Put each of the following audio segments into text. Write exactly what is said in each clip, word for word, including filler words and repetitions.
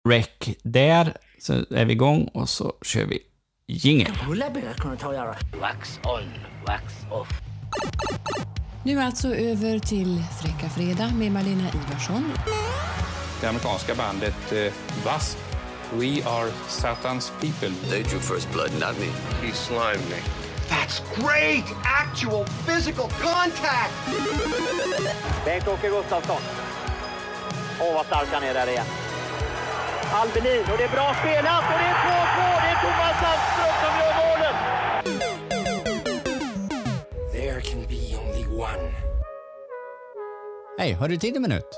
rec där, så är vi igång och så kör vi jingle. Wax on, wax off. Nu alltså över till Fräcka Fredag med Malena Ivarsson. Det amerikanska bandet eh, W.A.S.P. We are Satan's people. They drew first blood, not me. He slimed me. That's great! Actual physical contact! Bengt-Åke Gustafsson. Åh, vad stark han är där igen. Albelin, och det är bra spelat, och det är två två, det är Thomas Sandström som gör målen! There can be only one. Hej, har du tid en minut?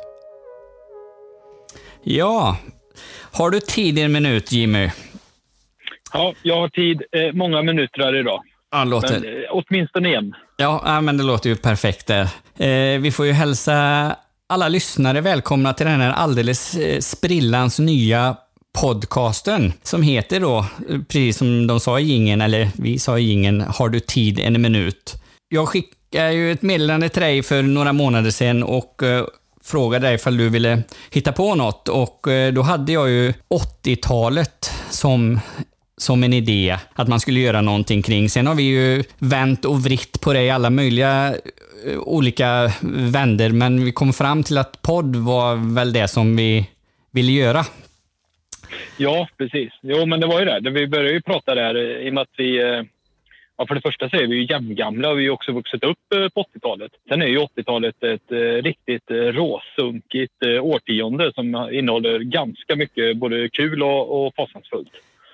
Ja, har du tid en minut, Jimmy? Ja, jag har tid eh, många minuter här idag. Ja, låter... men, eh, åtminstone en. Ja, ja, men det låter ju perfekt där. Eh, vi får ju hälsa alla lyssnare välkomna till den här alldeles eh, sprillans nya podcasten som heter då, precis som de sa i jingeln, eller vi sa i jingeln, har du tid en minut? Jag skickade ju ett meddelande till dig för några månader sedan och eh, frågade dig ifall du ville hitta på något, och eh, då hade jag ju åttiotalet som som en idé att man skulle göra någonting kring. Sen har vi ju vänt och vritt på det i alla möjliga uh, olika vänder, men vi kom fram till att podd var väl det som vi ville göra. Ja, precis. Jo, men det var ju det. Vi började ju prata där i och med att vi, ja, för det första så är vi ju jämngamla och vi har också vuxit upp på åttiotalet. Sen är ju åttiotalet ett riktigt råsunkigt årtionde som innehåller ganska mycket både kul och, och fasansfullt.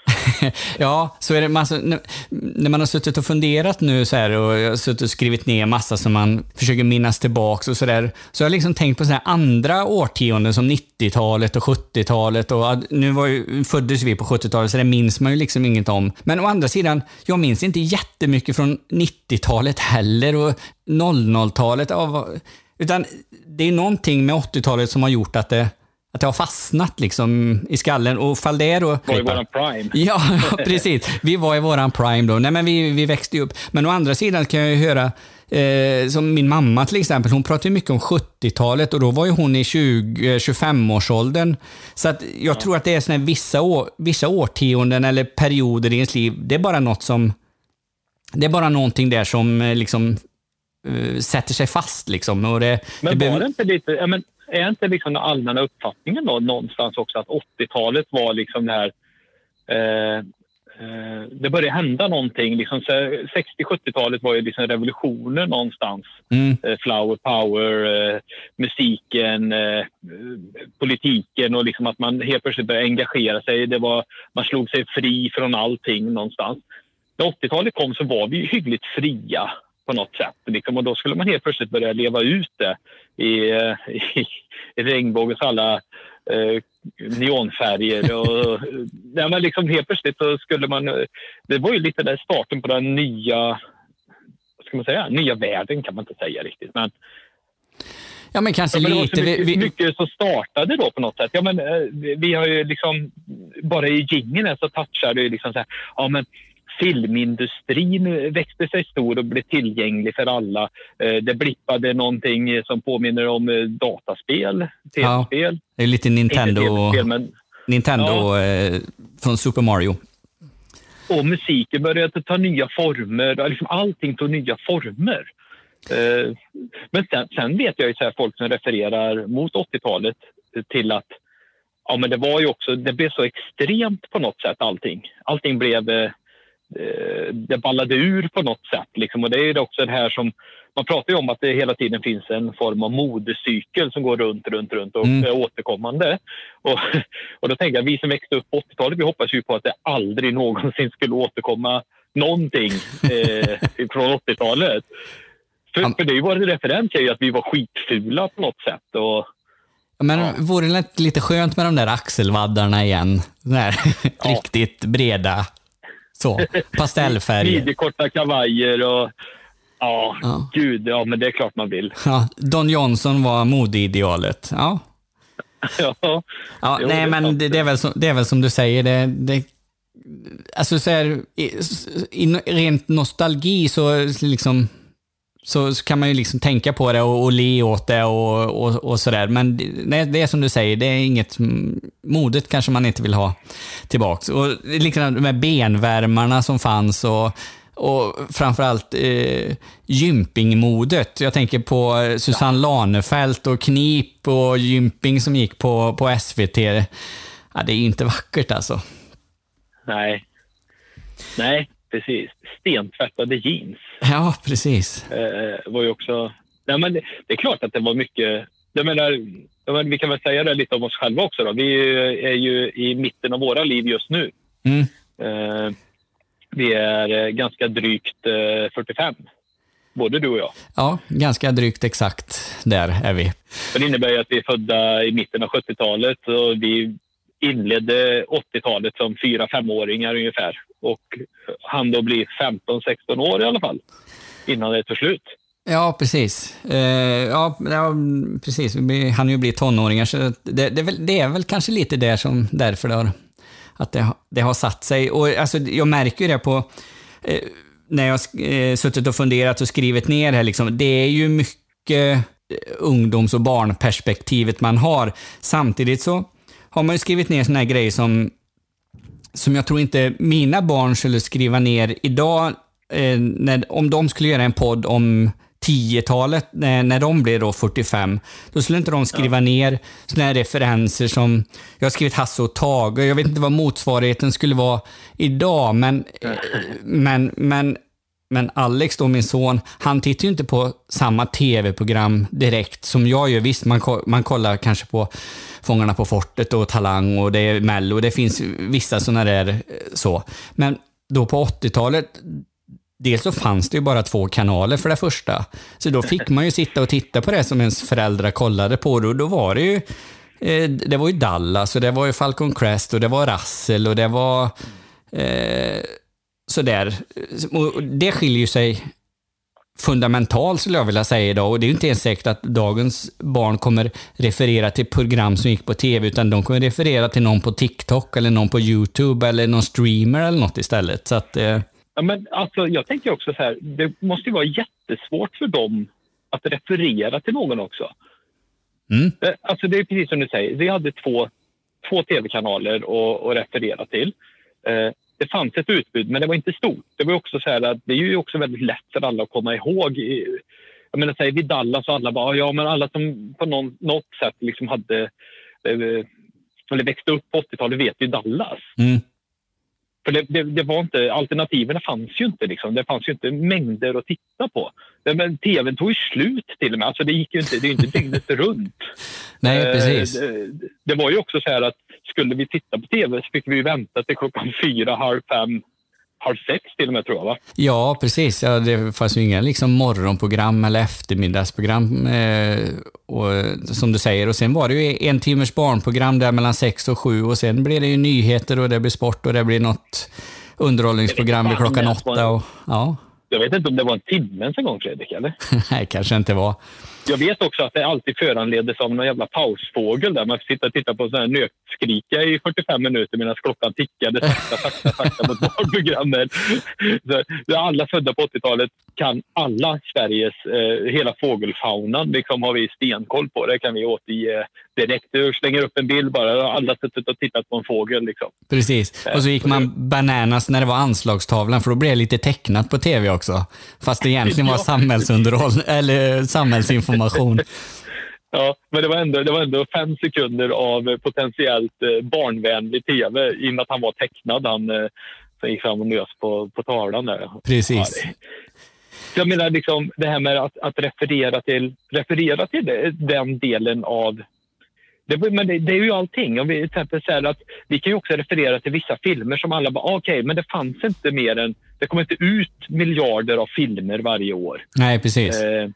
Ja, så är det massa, när man har suttit och funderat nu så här, och jag har suttit och skrivit ner massa som man försöker minnas tillbaks och så där, så jag har liksom tänkt på så här andra årtionden som nittiotalet och sjuttiotalet, och nu var ju, föddes vi på sjuttiotalet så det minns man ju liksom inget om. Men å andra sidan, jag minns inte jättemycket från nittiotalet heller och noll noll-talet av, utan det är någonting med åttiotalet som har gjort att det Att det har fastnat liksom i skallen. Och fall det då... Vi var i våran prime. Ja, precis. Vi var i våran prime då. Nej, men vi, vi växte ju upp. Men å andra sidan kan jag ju höra, eh, som min mamma till exempel, hon pratar ju mycket om sjuttiotalet, och då var ju hon i tjugo till tjugofem årsåldern. Så att jag ja. tror att det är såna här vissa, år, vissa årtionden eller perioder i ens liv. Det är bara något som... Det är bara någonting där som liksom uh, sätter sig fast liksom. Och det, men det var be- det inte lite... Ja, men... Är inte liksom den allmänna uppfattningen då någonstans också att åttiotalet var liksom det här, eh, eh, det började hända någonting, liksom sextio-sjuttiotalet var ju liksom revolutioner någonstans. Mm. Eh, flower power, eh, musiken, eh, politiken, och liksom att man helt plötsligt började engagera sig. Det var, man slog sig fri från allting någonstans. När åttiotalet kom så var vi ju hyggligt fria på något sätt. Liksom, och då skulle man helt plötsligt börja leva ut det i, i, i regnbågens alla eh, neonfärger. Och, ja, men liksom helt plötsligt så skulle man... Det var ju lite där starten på den nya... Vad ska man säga? Nya världen kan man inte säga riktigt. Men, ja, men kanske ja, men lite... Det var så mycket, vi, vi... mycket som startade då på något sätt. Ja, men, vi har ju liksom... Bara i jingeln så touchar det ju liksom så här... Ja, men... Filmindustrin växte sig stor och blev tillgänglig för alla. Det blippade någonting som påminner om dataspel, tv-spel. Ja, det är lite Nintendo, men, Nintendo ja. eh, från Super Mario. Och musiken började ta nya former. Liksom allting tog nya former. Eh, men sen, sen vet jag ju så här, folk som refererar mot åttiotalet till att ja, men det var ju också, det blev så extremt på något sätt allting. Allting blev... Eh, det ballade ur på något sätt liksom. Och det är också det här som man pratar ju om, att det hela tiden finns en form av modecykel som går runt, runt, runt och mm. är återkommande. Och, och då tänker jag, vi som växte upp på åttiotalet, vi hoppas ju på att det aldrig någonsin skulle återkomma någonting eh, från åttiotalet. För, för det är ju vår referens är ju att vi var skitfula på något sätt. Och, men ja. vore det lite skönt med de där axelvaddarna igen? Där, ja. Riktigt breda. Så, pastellfärger. Midjekorta kavajer och ja, ja, gud, ja, men det är klart man vill. Ja, Don Johnson var modeidealet. Ja. ja. ja jo, nej, men det, det, är väl som, det är väl som du säger, det, det alltså så här, i, i rent nostalgi så liksom så, så kan man ju liksom tänka på det och, och le åt det och, och, och sådär. Men nej, det är som du säger, det är inget modet kanske man inte vill ha tillbaks. Och liksom de här benvärmarna som fanns och, och framförallt eh, gympingmodet. Jag tänker på Susanne ja. Lanefelt och knip och gymping som gick på, på S V T. Ja, det är inte vackert alltså. Nej. Nej, precis. Stentvättade jeans. Ja, precis. Eh, var ju också... Nej, men det, det är klart att det var mycket... Jag menar, jag menar, vi kan väl säga det lite om oss själva också då. Vi är ju i mitten av våra liv just nu. Mm. Eh, vi är ganska drygt eh, fyrtiofem. Både du och jag. Ja, ganska drygt exakt där är vi. Det innebär ju att vi är födda i mitten av sjuttiotalet och vi inledde åttiotalet som fyra femåringar ungefär. Och han då blir femton sexton år i alla fall innan det är slut. Ja, precis. Eh, ja, ja, precis. Vi hann ju bli tonåringar så det, det, är väl, det är väl kanske lite där som därför det har, att det, det har satt sig. Och alltså, jag märker ju det på eh, när jag eh, suttit och funderat och skrivit ner här liksom, det är ju mycket ungdoms- och barnperspektivet man har. Samtidigt så har man ju skrivit ner såna här grejer som som jag tror inte mina barn skulle skriva ner idag eh, när, om de skulle göra en podd om tiotalet när, när de blir då fyrtiofem, då skulle inte de skriva ja. ner såna här referenser som jag har skrivit Hasse och Tage. Jag vet inte vad motsvarigheten skulle vara idag, men mm. men men men Alex då, min son, han tittar ju inte på samma tv-program direkt som jag gör. Visst, man, man kollar kanske på Fångarna på fortet och Talang och det är Mello och det finns vissa sådana där så. Men då på åttiotalet, dels så fanns det ju bara två kanaler för det första. Så då fick man ju sitta och titta på det som ens föräldrar kollade på. Och då var det ju eh, det var ju Dallas och det var ju Falcon Crest och det var Russell och det var eh, sådär. Och det skiljer ju sig fundamentalt skulle jag vilja säga idag. Och det är ju inte ens säkert att dagens barn kommer referera till program som gick på tv, utan de kommer referera till någon på TikTok eller någon på YouTube eller någon streamer eller något istället. Så att, eh... ja, men alltså, jag tänker också så här, det måste ju vara jättesvårt för dem att referera till någon också. Mm. Alltså det är precis som du säger, vi hade två, två tv-kanaler att, att referera till. Eh, Det fanns ett utbud, men det var inte stort. Det var också så här att det är ju också väldigt lätt för alla att komma ihåg. Jag menar, säger vi Dallas och alla bara, ja men alla som på någon, något sätt liksom hade, eller växte upp på åttiotalet vet ju Dallas. Mm. För det, det, det var inte, alternativen fanns ju inte liksom. Det fanns ju inte mängder att titta på. Men tvn tog ju slut till och med. Alltså det gick ju inte, det är ju inte dygnet runt. Nej, precis. Det, det var ju också så här att skulle vi titta på tv så fick vi vänta till klockan fyra, halv fem, halv sex till och med tror jag va? Ja, precis. Ja, det fanns ju inga liksom morgonprogram eller eftermiddagsprogram eh, och, som du säger. Och sen var det ju en timmers barnprogram där mellan sex och sju och sen blir det ju nyheter och det blir sport och det blir något underhållningsprogram vid klockan åtta. Och, ja. Jag vet inte om det var en timme en gång, Fredrik, eller? Nej, kanske inte var. Jag vet också att det alltid föranleddes av någon jävla pausfågel där. Man får sitta och titta på sån här nötskrika i fyrtiofem minuter medan klockan tickade sakta, sakta, sakta mot barnprogrammet. Så alla födda på åttiotalet kan alla Sveriges, eh, hela fågelfaunan liksom har vi stenkoll på. Det kan vi återge direkt. Du slänger upp en bild bara. Alla suttit och tittat på en fågel liksom. Precis. Och så gick man bananas när det var anslagstavlan för då blev det lite tecknat på tv också. Fast det egentligen var samhällsunderhåll eller samhällsinformation. Ja, men det var ändå, det var ändå fem sekunder av potentiellt barnvänlig tv innan att han var tecknad. Han eh, gick fram och nös på, på tavlan där. Precis. Ja, det, jag menar liksom det här med att, att referera till, referera till det, den delen av... Det, men det, det är ju allting. Om vi till exempel säger att vi kan ju också referera till vissa filmer som alla bara, okej, okay, men det fanns inte mer än... Det kommer inte ut miljarder av filmer varje år. Nej, precis. Eh,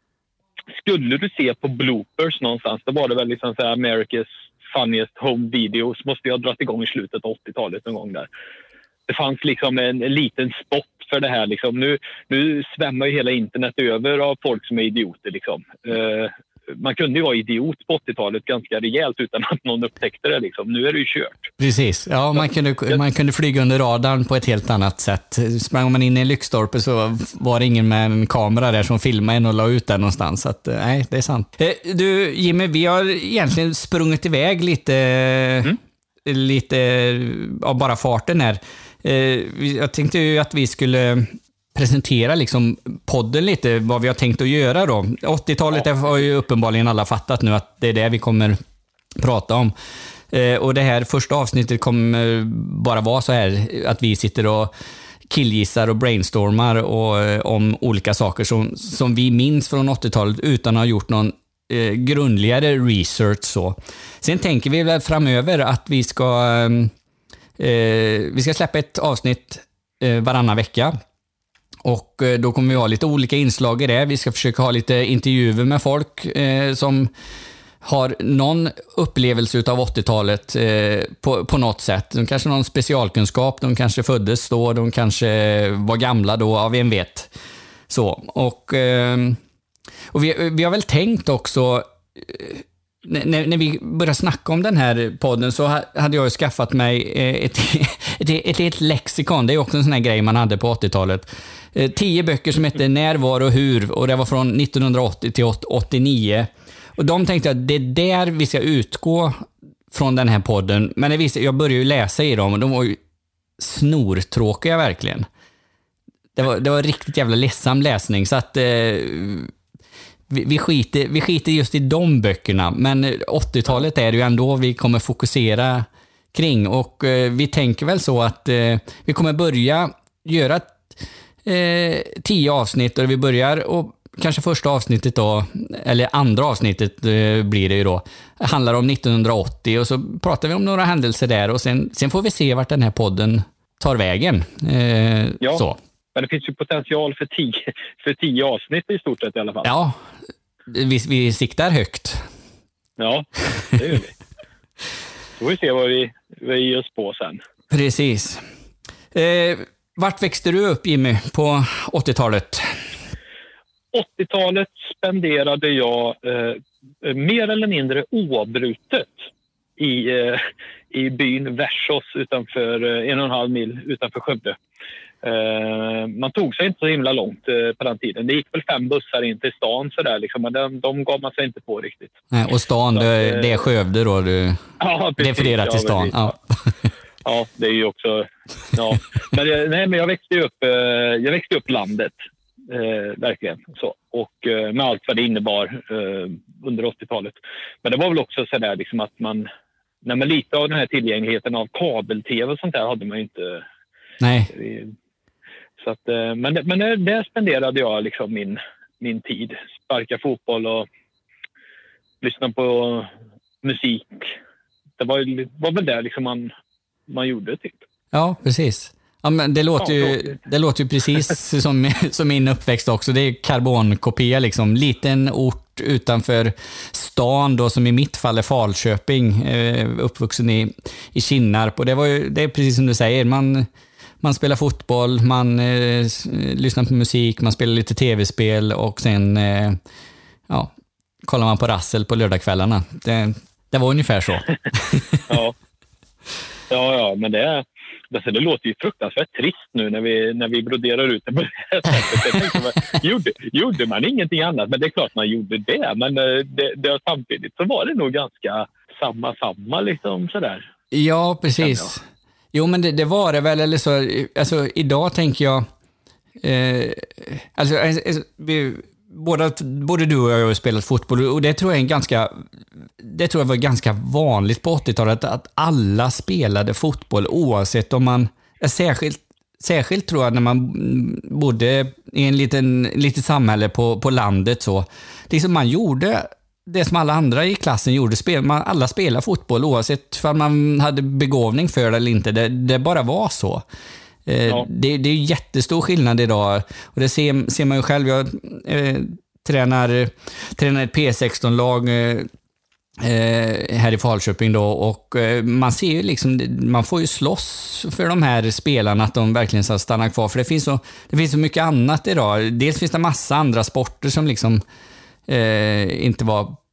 skulle du se på bloopers någonstans, då var det väl liksom så här America's Funniest Home Videos måste jag ha dragit igång i slutet av åttiotalet någon gång där. Det fanns liksom en, en liten spot för det här liksom. Nu, nu svämmar ju hela internet över av folk som är idioter liksom. Eh, man kunde ju vara idiot på åttiotalet ganska rejält utan att någon upptäckte det liksom. Nu är det ju kört. Precis, ja man kunde, man kunde flyga under radarn på ett helt annat sätt. Sprang man in i en lyktstolpe så var det ingen med en kamera där som filmade en och la ut den någonstans. Så att, nej, det är sant. Du Jimmy, vi har egentligen sprungit iväg lite, mm. lite av bara farten här. Jag tänkte ju att vi skulle presentera liksom podden lite, vad vi har tänkt att göra då. åttiotalet ja. har ju uppenbarligen alla fattat nu att det är det vi kommer prata om. Eh, och det här första avsnittet kommer bara vara så här att vi sitter och killgissar och brainstormar och, eh, om olika saker som, som vi minns från åttiotalet utan att ha gjort någon eh, grundligare research så. Sen tänker vi väl framöver att vi ska eh, vi ska släppa ett avsnitt eh, varannan vecka. Och då kommer vi ha lite olika inslag i det. Vi ska försöka ha lite intervjuer med folk eh, som har någon upplevelse av åttiotalet eh, på, på något sätt. De kanske har någon specialkunskap, de kanske föddes då, de kanske var gamla då, av en vet. Så, och, eh, och vi, vi har väl tänkt också, eh, när, när vi började snacka om den här podden så hade jag ju skaffat mig ett, ett, ett, ett lexikon. Det är också en sån här grej man hade på åttiotalet. Tio böcker som heter När, var och hur, och det var från nittonhundraåttio till åttionio. Och de tänkte att det är där vi ska utgå från den här podden. Men det visste, jag började ju läsa i dem och de var ju snortråkiga verkligen. Det var, det var riktigt jävla ledsam läsning, så att eh, vi, vi, skiter, vi skiter just i de böckerna. Men åttiotalet är det ju ändå vi kommer fokusera kring. Och eh, vi tänker väl så att eh, vi kommer börja göra Eh, tio avsnitt och vi börjar och kanske första avsnittet då, eller andra avsnittet eh, blir det ju då, handlar om nittonhundraåttio och så pratar vi om några händelser där och sen, sen får vi se vart den här podden tar vägen. Eh, ja, så. Men det finns ju potential för tio, för tio avsnitt i stort sett i alla fall. Ja, vi, vi siktar högt. Ja, det gör vi. Så får vi se vad vi, vad vi ger oss på sen. Precis. Eh, Vart växte du upp, Jimmy, på åttiotalet? åttiotalet spenderade jag eh, mer eller mindre oavbrutet i, eh, i byn Värsås utanför eh, en och en halv mil utanför Skövde. Eh, man tog sig inte så himla långt eh, på den tiden. Det gick väl fem bussar in till stan så där, liksom, men de, de gav man sig inte på riktigt. Nej, och stan, så, det, det är Skövde då? Du ja, precis, refererar till stan. Ja, ja. Ja, det är ju också... Ja. Men, nej, men jag växte upp, eh, jag växte upp landet, eh, verkligen. Så. Och eh, med allt vad det innebar eh, under åttiotalet. Men det var väl också så där liksom att man... När man lite av den här tillgängligheten av kabel-tv och sånt där hade man ju inte... Nej. Så att, eh, men men där, där spenderade jag liksom min, min tid. Sparka fotboll och lyssna på musik. Det var, var väl där liksom man... man gjorde typ. Ja, precis. Ja, men det låter ja, ju det låter ju precis som som min uppväxt också. Det är karbonkopia liksom, liten ort utanför stan då, som i mitt fall är Falköping, eh, uppvuxen i i Kinnarp, och det var ju, det är precis som du säger, man man spelar fotboll, man eh, lyssnar på musik, man spelar lite tv-spel och sen eh, ja, kollar man på rassel på lördagskvällarna. Det det var ungefär så. Ja. Ja, ja, men det, är, alltså det låter ju fruktansvärt trist nu när vi, när vi broderar ut det på det här sättet. Jag tänkte, gjorde, gjorde man ingenting annat? Men det är klart man gjorde det. Men det, det, samtidigt så var det nog ganska samma, samma liksom sådär. Ja, precis. Jo, men det, det var det väl, eller så, alltså idag tänker jag, eh, alltså, alltså vi, Båda, både du och jag har spelat fotboll, och det tror jag är en ganska det tror jag var ganska vanligt på åttiotalet att alla spelade fotboll oavsett om man, särskilt, särskilt tror jag när man bodde i en liten litet samhälle på, på landet så. Liksom man gjorde det som alla andra i klassen gjorde, spel, man, alla spelade fotboll oavsett om man hade begåvning för det eller inte, det, det bara var så. Ja. Det, det är ju jättestor skillnad idag, och det ser, ser man ju själv. Jag eh, tränar, tränar ett P sexton-lag eh, här i Falköping då, och eh, man ser ju liksom, man får ju slåss för de här spelarna att de verkligen ska stanna kvar, för det finns så, det finns så mycket annat idag. Dels finns det massa andra sporter som liksom eh, inte var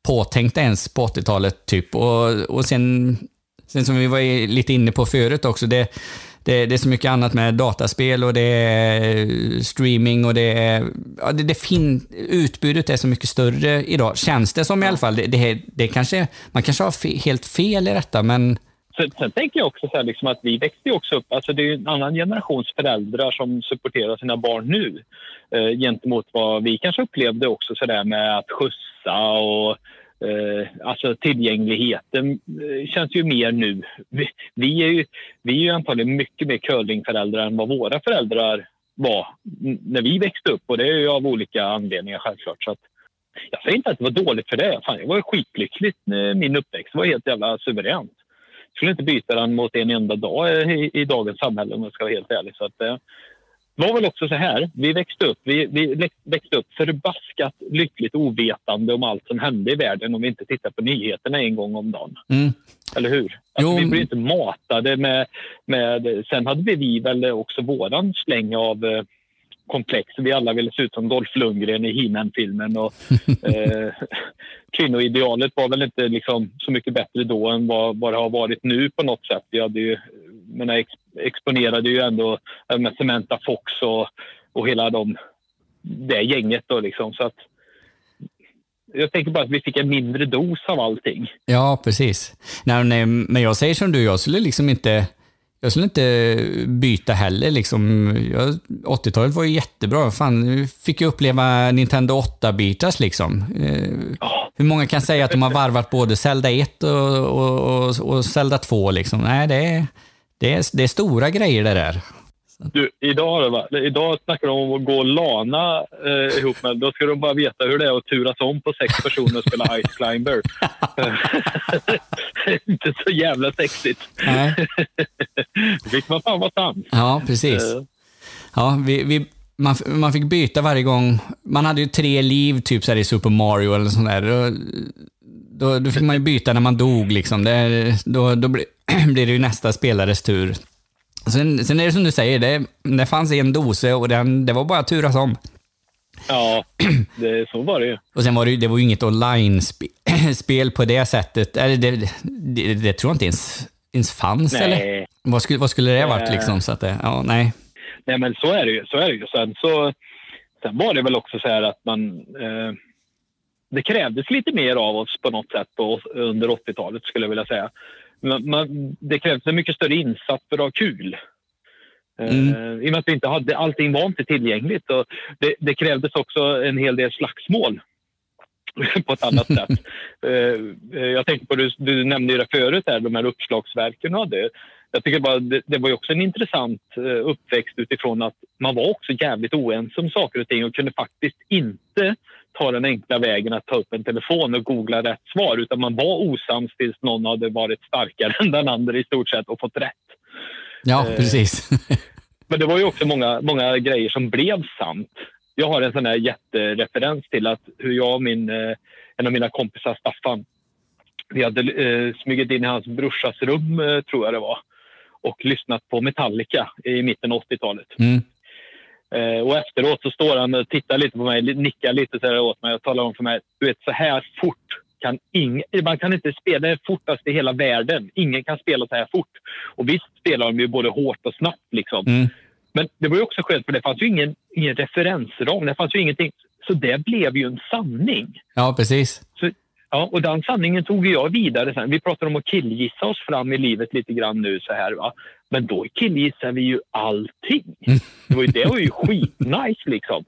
påtänkta ens på åttiotalet typ. Och, och sen, sen som vi var lite inne på förut också, det, det, det är så mycket annat med dataspel och det är streaming och det är, ja, det, det fin, utbudet är så mycket större idag. Känns det som i alla fall. Det, det, det kanske, man kanske har fe, helt fel i detta, men Sen, sen tänker jag också så här, liksom att vi växte också upp, alltså det är ju en annan generations föräldrar som supporterar sina barn nu eh, gentemot vad vi kanske upplevde också så där med att skjutsa och eh, alltså tillgängligheten eh, känns ju mer nu. Vi, vi, är ju, vi är ju antagligen mycket mer curlingföräldrar än vad våra föräldrar var när vi växte upp, och det är ju av olika anledningar självklart. Så att, jag säger inte att det var dåligt för det, fan, jag var skitlyckligt när min uppväxt var helt jävla suveränt. Jag skulle inte byta den mot en enda dag i, i dagens samhälle om jag ska vara helt ärlig. Så att, det var väl också så här. Vi växte upp, vi, vi växte upp förbaskat lyckligt ovetande om allt som hände i världen om vi inte tittar på nyheterna en gång om dagen. Mm. Eller hur? Alltså, vi blev inte matade med, med... Sen hade vi väl också våran släng av eh, komplex. Vi alla ville se ut som Dolph Lundgren i He-Man-filmen och eh, kvinnoidealet var väl inte liksom så mycket bättre då än vad, vad det har varit nu på något sätt. Vi hade ju, men ex, exponerade ju ändå med Samantha Fox och, och hela de, det gänget då liksom. Så att jag tänker bara att vi fick en mindre dos av allting. Ja, precis. Nej, nej, men jag säger som du, jag skulle liksom inte Jag skulle inte byta heller liksom. Jag, åttiotalet var ju jättebra. Fan, fick jag uppleva Nintendo åtta-bitars liksom. Eh, oh. Hur många kan säga att de har varvat både Zelda ett och, och, och, och Zelda två liksom? Nej, det är, det är, det är stora grejer det där. Du, idag, va? idag snackar de om att gå och lana eh, ihop med. Då ska de bara veta hur det är att turas om på sex personer och spela Ice Climber. Inte så jävla sexigt. Nej. Det fick man fan vara sant. Ja, precis. Ja, vi, vi, man, man fick byta varje gång. Man hade ju tre liv typ så här i Super Mario eller sånt där. Då, då, då fick man ju byta när man dog liksom. Det, då då blir, blir det ju nästa spelares tur. Sen, sen är det som du säger, det, det fanns en dose och den, det var bara turas om. Ja, det, så var det ju. Och sen var det, det var ju inget online-spel på det sättet. Det, det, det, det tror jag inte ens, ens fanns, nej. Eller? Vad skulle, vad skulle det ha varit liksom? Så att det, ja, nej. Nej, men så är det ju. Så är det ju. Sen, så, sen var det väl också så här att man... Eh, det krävdes lite mer av oss på något sätt på, under åttiotalet skulle jag vilja säga. Man, man, det krävs en mycket större insats för att ha kul. Mm. Uh, I och med att vi inte hade, allting var inte tillgängligt. Och det, det krävdes också en hel del slagsmål på ett annat sätt. Uh, jag tänkte på, du, du nämnde ju det förut här, de här uppslagsverken hade. Jag tycker bara det, det var ju också en intressant uh, uppväxt utifrån att man var också jävligt oense om saker och ting och kunde faktiskt inte ta den enkla vägen att ta upp en telefon och googla rätt svar, utan man var osams tills någon hade varit starkare än den andra i stort sett och fått rätt. Ja, eh, precis. Men det var ju också många, många grejer som blev sant. Jag har en sån här jättereferens till att hur jag och min, eh, en av mina kompisar Staffan, vi hade eh, smugit in i hans brorsas rum, eh, tror jag det var, och lyssnat på Metallica i mitten av åttiotalet. Mm. Uh, och efteråt så står han och tittar lite på mig, nickar lite så här åt mig och talar om för mig, du vet, så här fort kan ingen, man kan inte spela det fortast i hela världen. Ingen kan spela så här fort. Och visst spelar de ju både hårt och snabbt liksom. Mm. Men det var ju också skönt för det fanns ju ingen, ingen referensram, det fanns ju ingenting. Så det blev ju en sanning. Ja, precis. Så, ja, och den sanningen tog jag vidare sen. Vi pratar om att killgissa oss fram i livet lite grann nu så här, va. Men då killgissar vi ju allting. Det var ju, det var ju skitnice liksom.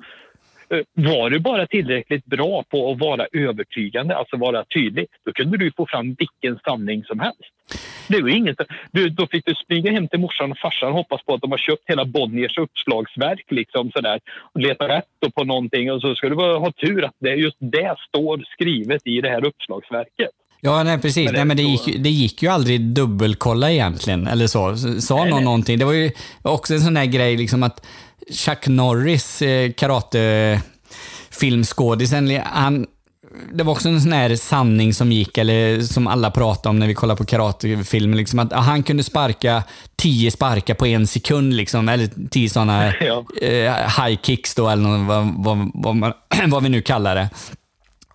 Var du bara tillräckligt bra på att vara övertygande, alltså vara tydlig, då kunde du få fram vilken sanning som helst. Det var inget, du, då fick du springa hem till morsan och farsan och hoppas på att de har köpt hela Bonniers uppslagsverk liksom sådär, och leta rätt på någonting, och så ska du bara ha tur att det, just det står skrivet i det här uppslagsverket. Ja, nej, precis. Men, nej, men det, gick, det gick ju aldrig dubbelkolla egentligen, eller så. Sa nej, någon nej. någonting. Det var ju också en sån där grej liksom att Chuck Norris, eh, karatefilmskådisen, han, det var också en sån här sanning som gick, eller som alla pratade om när vi kollade på karatefilmer, liksom, att han kunde sparka tio sparkar på en sekund, liksom, eller tio sådana ja. eh, high kicks då, eller något, vad, vad, vad, vad vi nu kallar det.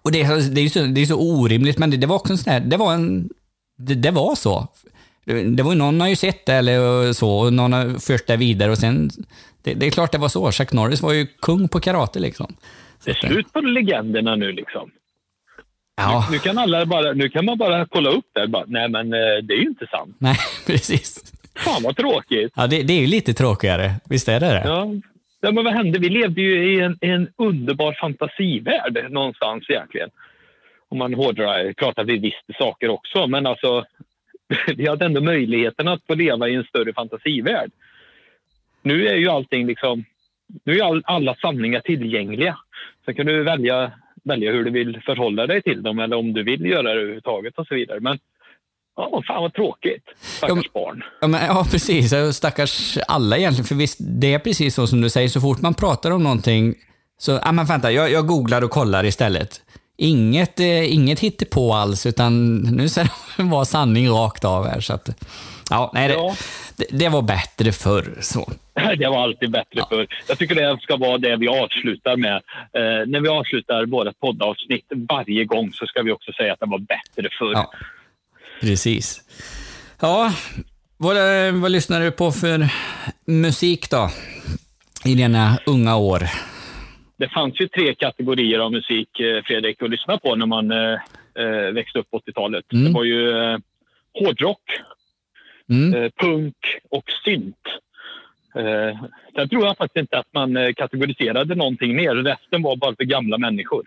Och det, det, är ju så, det är så orimligt, men det, det var också en sån här, det var en det, det var så. Det var ju någon har ju sett det eller så, och någon har fört det vidare och sen det, det är klart det var så. Chuck Norris var ju kung på karate liksom. Det är slut på legenderna nu liksom. Ja. Nu, nu kan alla bara nu kan man bara kolla upp det bara, nej men det är ju inte sant. Nej, precis. Fan vad tråkigt. Ja, det, det är ju lite tråkigare. Visst är det det? Ja. Ja, men vad hände? Vi levde ju i en, en underbar fantasivärld någonstans egentligen. Om man hårdrar, klart att vi visste saker också, men alltså vi hade ändå möjligheten att få leva i en större fantasivärld. Nu är ju allting liksom, nu är all, alla sanningar tillgängliga. Så kan du välja, välja hur du vill förhålla dig till dem eller om du vill göra det överhuvudtaget och så vidare. Men ja, fan vad tråkigt. Stackars ja, barn. Ja, men, ja, precis. Stackars alla egentligen. För visst, det är precis så som du säger. Så fort man pratar om någonting så, ja men vänta, jag, jag googlar och kollar istället. Inget, eh, inget hittar på alls, utan nu ser det vara sanning rakt av här. Så att, ja, nej, det, ja. det, det var bättre förr. Så. Det var alltid bättre ja. förr. Jag tycker det ska vara det vi avslutar med. Eh, när vi avslutar våra poddavsnitt varje gång så ska vi också säga att det var bättre förr. Ja. Precis. Ja, vad, vad lyssnar du på för musik då i dina unga år? Det fanns ju tre kategorier av musik, Fredrik, att lyssna på när man eh, växte upp på åttiotalet. Mm. Det var ju eh, hårdrock, mm. eh, punk och synt. Eh, sen tror jag faktiskt inte att man kategoriserade någonting mer. Resten var bara för gamla människor.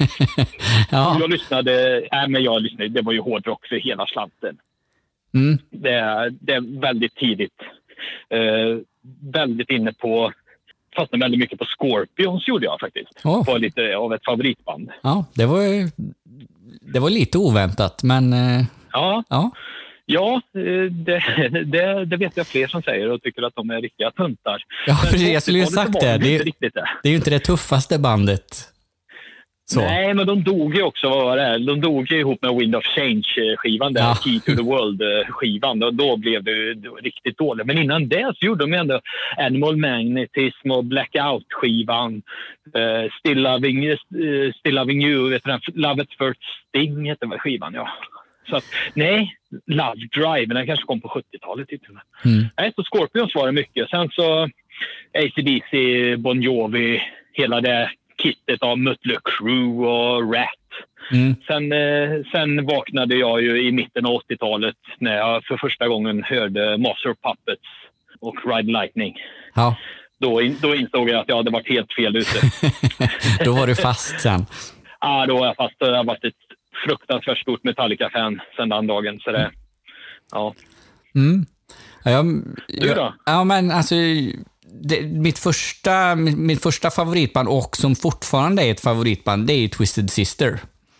Ja. Jag lyssnade, äh, men jag lyssnade, det var ju hårdrock för hela slanten. Mm. Det, det är väldigt tidigt. Eh, väldigt inne på, fastnade väldigt mycket på Scorpions gjorde jag faktiskt. Oh. Var lite av ett favoritband. Ja, det var, det var lite oväntat, men... Eh, ja. ja. Ja, det, det, det vet jag fler som säger och tycker att de är riktiga tuntar. Ja, precis, jag skulle ju sagt det. Det är, det. det är ju inte det tuffaste bandet. Så. Nej, men de dog ju också, vad var det? De dog ju ihop med Wind of Change-skivan, där, ja. Key to the World-skivan. Och då blev det riktigt dåligt. Men innan det så gjorde de ändå Animal Magnetism och Blackout-skivan. Uh, Still, Loving, uh, Still Loving You, vet du, Love at First Sting heter den skivan, ja. Så att, nej, Love Drive, den kanske kom på sjuttiotalet. Mm. Nej, så Scorpions var det mycket. Sen så A C D C, Bon Jovi, hela det kittet av Mötley Crüe och Rat. Mm. Sen, eh, sen vaknade jag ju i mitten av åttiotalet när jag för första gången hörde Master of Puppets och Ride Lightning. Ja. Då, då insåg jag att jag hade varit helt fel ute. Då var du fast sen. Ja, då var jag fast. Jag har varit ett fruktansvärt stort Metallica-fan sedan den dagen. Så det, ja. Mm. Ja, jag, du då? Jag, ja, men alltså... Det, mitt, första, mitt, mitt första favoritband, och som fortfarande är ett favoritband, det är Twisted Sister.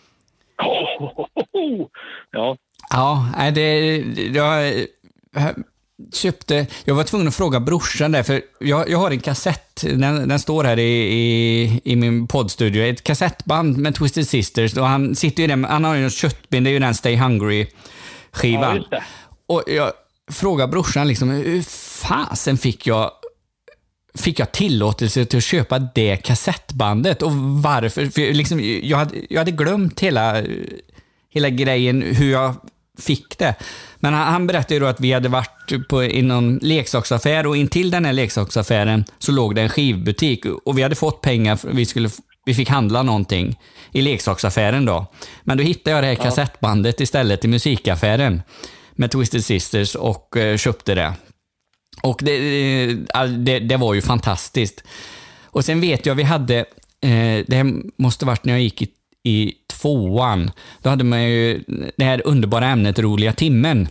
Oh, oh, oh. Ja. Ja, det, jag, jag köpte... Jag var tvungen att fråga brorsan där, för jag, jag har en kassett, den, den står här i, i, i min poddstudio, ett kassettband med Twisted Sisters, och han sitter ju där, han har ju en köttbind, det är ju den Stay Hungry-skivan. Ja, och jag frågar brorsan liksom, hur fasen fick jag fick jag tillåtelse till att köpa det kassettbandet, och varför? För liksom, jag, hade, jag hade glömt hela, hela grejen, hur jag fick det. Men han, han berättade ju då att vi hade varit på, i någon leksaksaffär, och intill den här leksaksaffären så låg det en skivbutik, och vi hade fått pengar för vi, skulle, vi fick handla någonting i leksaksaffären då. Men då hittade jag det här ja. kassettbandet istället i musikaffären med Twisted Sisters och eh, köpte det. Och det, det, det var ju fantastiskt. Och sen vet jag, vi hade, eh, det här måste varit när jag gick i, i tvåan. Då hade man ju det här underbara ämnet roliga timmen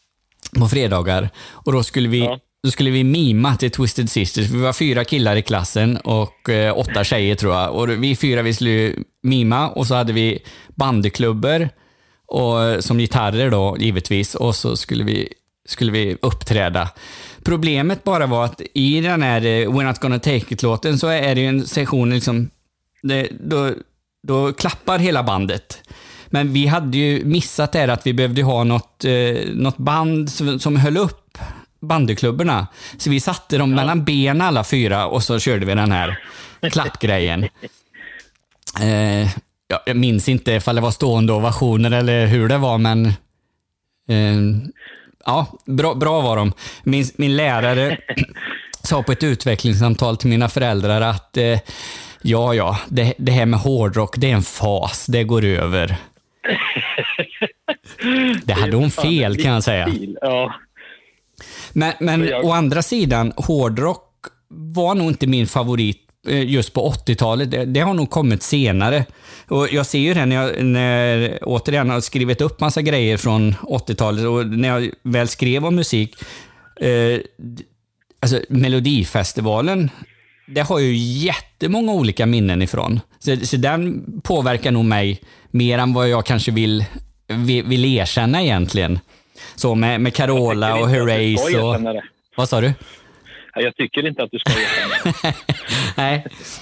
på fredagar. Och då skulle vi, ja. då skulle vi mima till Twisted Sisters. Vi var fyra killar i klassen och eh, åtta tjejer tror jag. Och vi fyra vi skulle mima, och så hade vi bandyklubbor och, som gitarrer då givetvis. Och så skulle vi, skulle vi uppträda. Problemet bara var att i den här We're Not Gonna Take It-låten så är det ju en sektion liksom, det, då, då klappar hela bandet. Men vi hade ju missat det att vi behövde ha något, eh, något band som, som höll upp bandyklubborna. Så vi satte dem ja. mellan benen alla fyra, och så körde vi den här klappgrejen. Eh, ja, jag minns inte ifall det var stående ovationer eller hur det var, men eh, ja, bra, bra var de. Min, min lärare sa på ett utvecklingssamtal till mina föräldrar att eh, ja, ja, det, det här med hårdrock, det är en fas, det går över. Det hade hon fel, kan jag säga. Ja. Men, men jag... å andra sidan, hårdrock var nog inte min favorit just på åttiotalet. Det, det har nog kommit senare. Och jag ser ju det när jag när, återigen har skrivit upp massa grejer från åttiotalet, och när jag väl skrev om musik, eh, alltså Melodifestivalen, det har ju jättemånga olika minnen ifrån. Så, så den påverkar nog mig mer än vad jag kanske vill, vill, vill erkänna egentligen. Så med, med Carola och Herreys och... Vad sa du? Jag tycker inte att du ska erkänna det. Nej.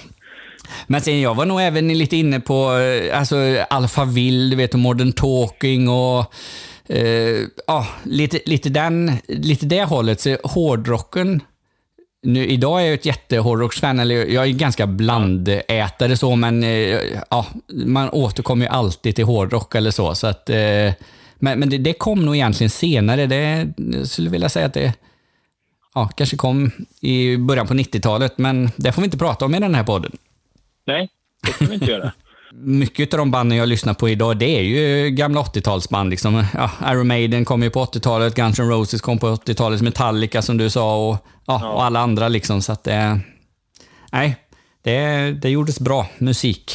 Men sen jag var nog även lite inne på alltså Alphaville, du vet, och Modern Talking och eh, ja, lite, lite, den, lite det hållet. Så hårdrocken, nu, idag är jag ett jättehårdrocksfan, eller jag är ganska blandätare så, men eh, ja, man återkommer ju alltid till hårdrock eller så. Så att, eh, men men det, det kom nog egentligen senare. Det skulle vilja säga att det ja, kanske kom i början på nittiotalet, men det får vi inte prata om i den här podden. Nej, det får vi inte göra. Mycket av de banden jag lyssnar på idag, det är ju gamla åttiotalsband. Liksom. Ja, Iron Maiden kom ju på åttiotalet, Guns N' Roses kom på åttiotalet, Metallica som du sa, och, ja, ja. och alla andra. Liksom, så att det, nej, det, det gjordes bra musik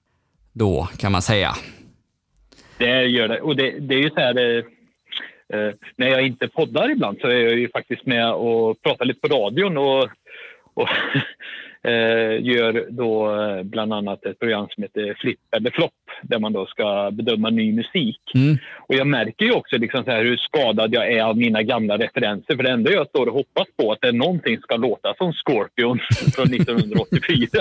då, kan man säga. Det gör det, och det, det är ju så här... Det... Uh, när jag inte poddar ibland så är jag ju faktiskt med och pratar lite på radion och, och uh, gör då uh, bland annat ett program som heter Flipp eller Flopp, där man då ska bedöma ny musik. Mm. Och jag märker ju också liksom så här hur skadad jag är av mina gamla referenser, för det enda jag står och hoppas på att det någonting ska låta som Scorpions från nittonhundraåttiofyra.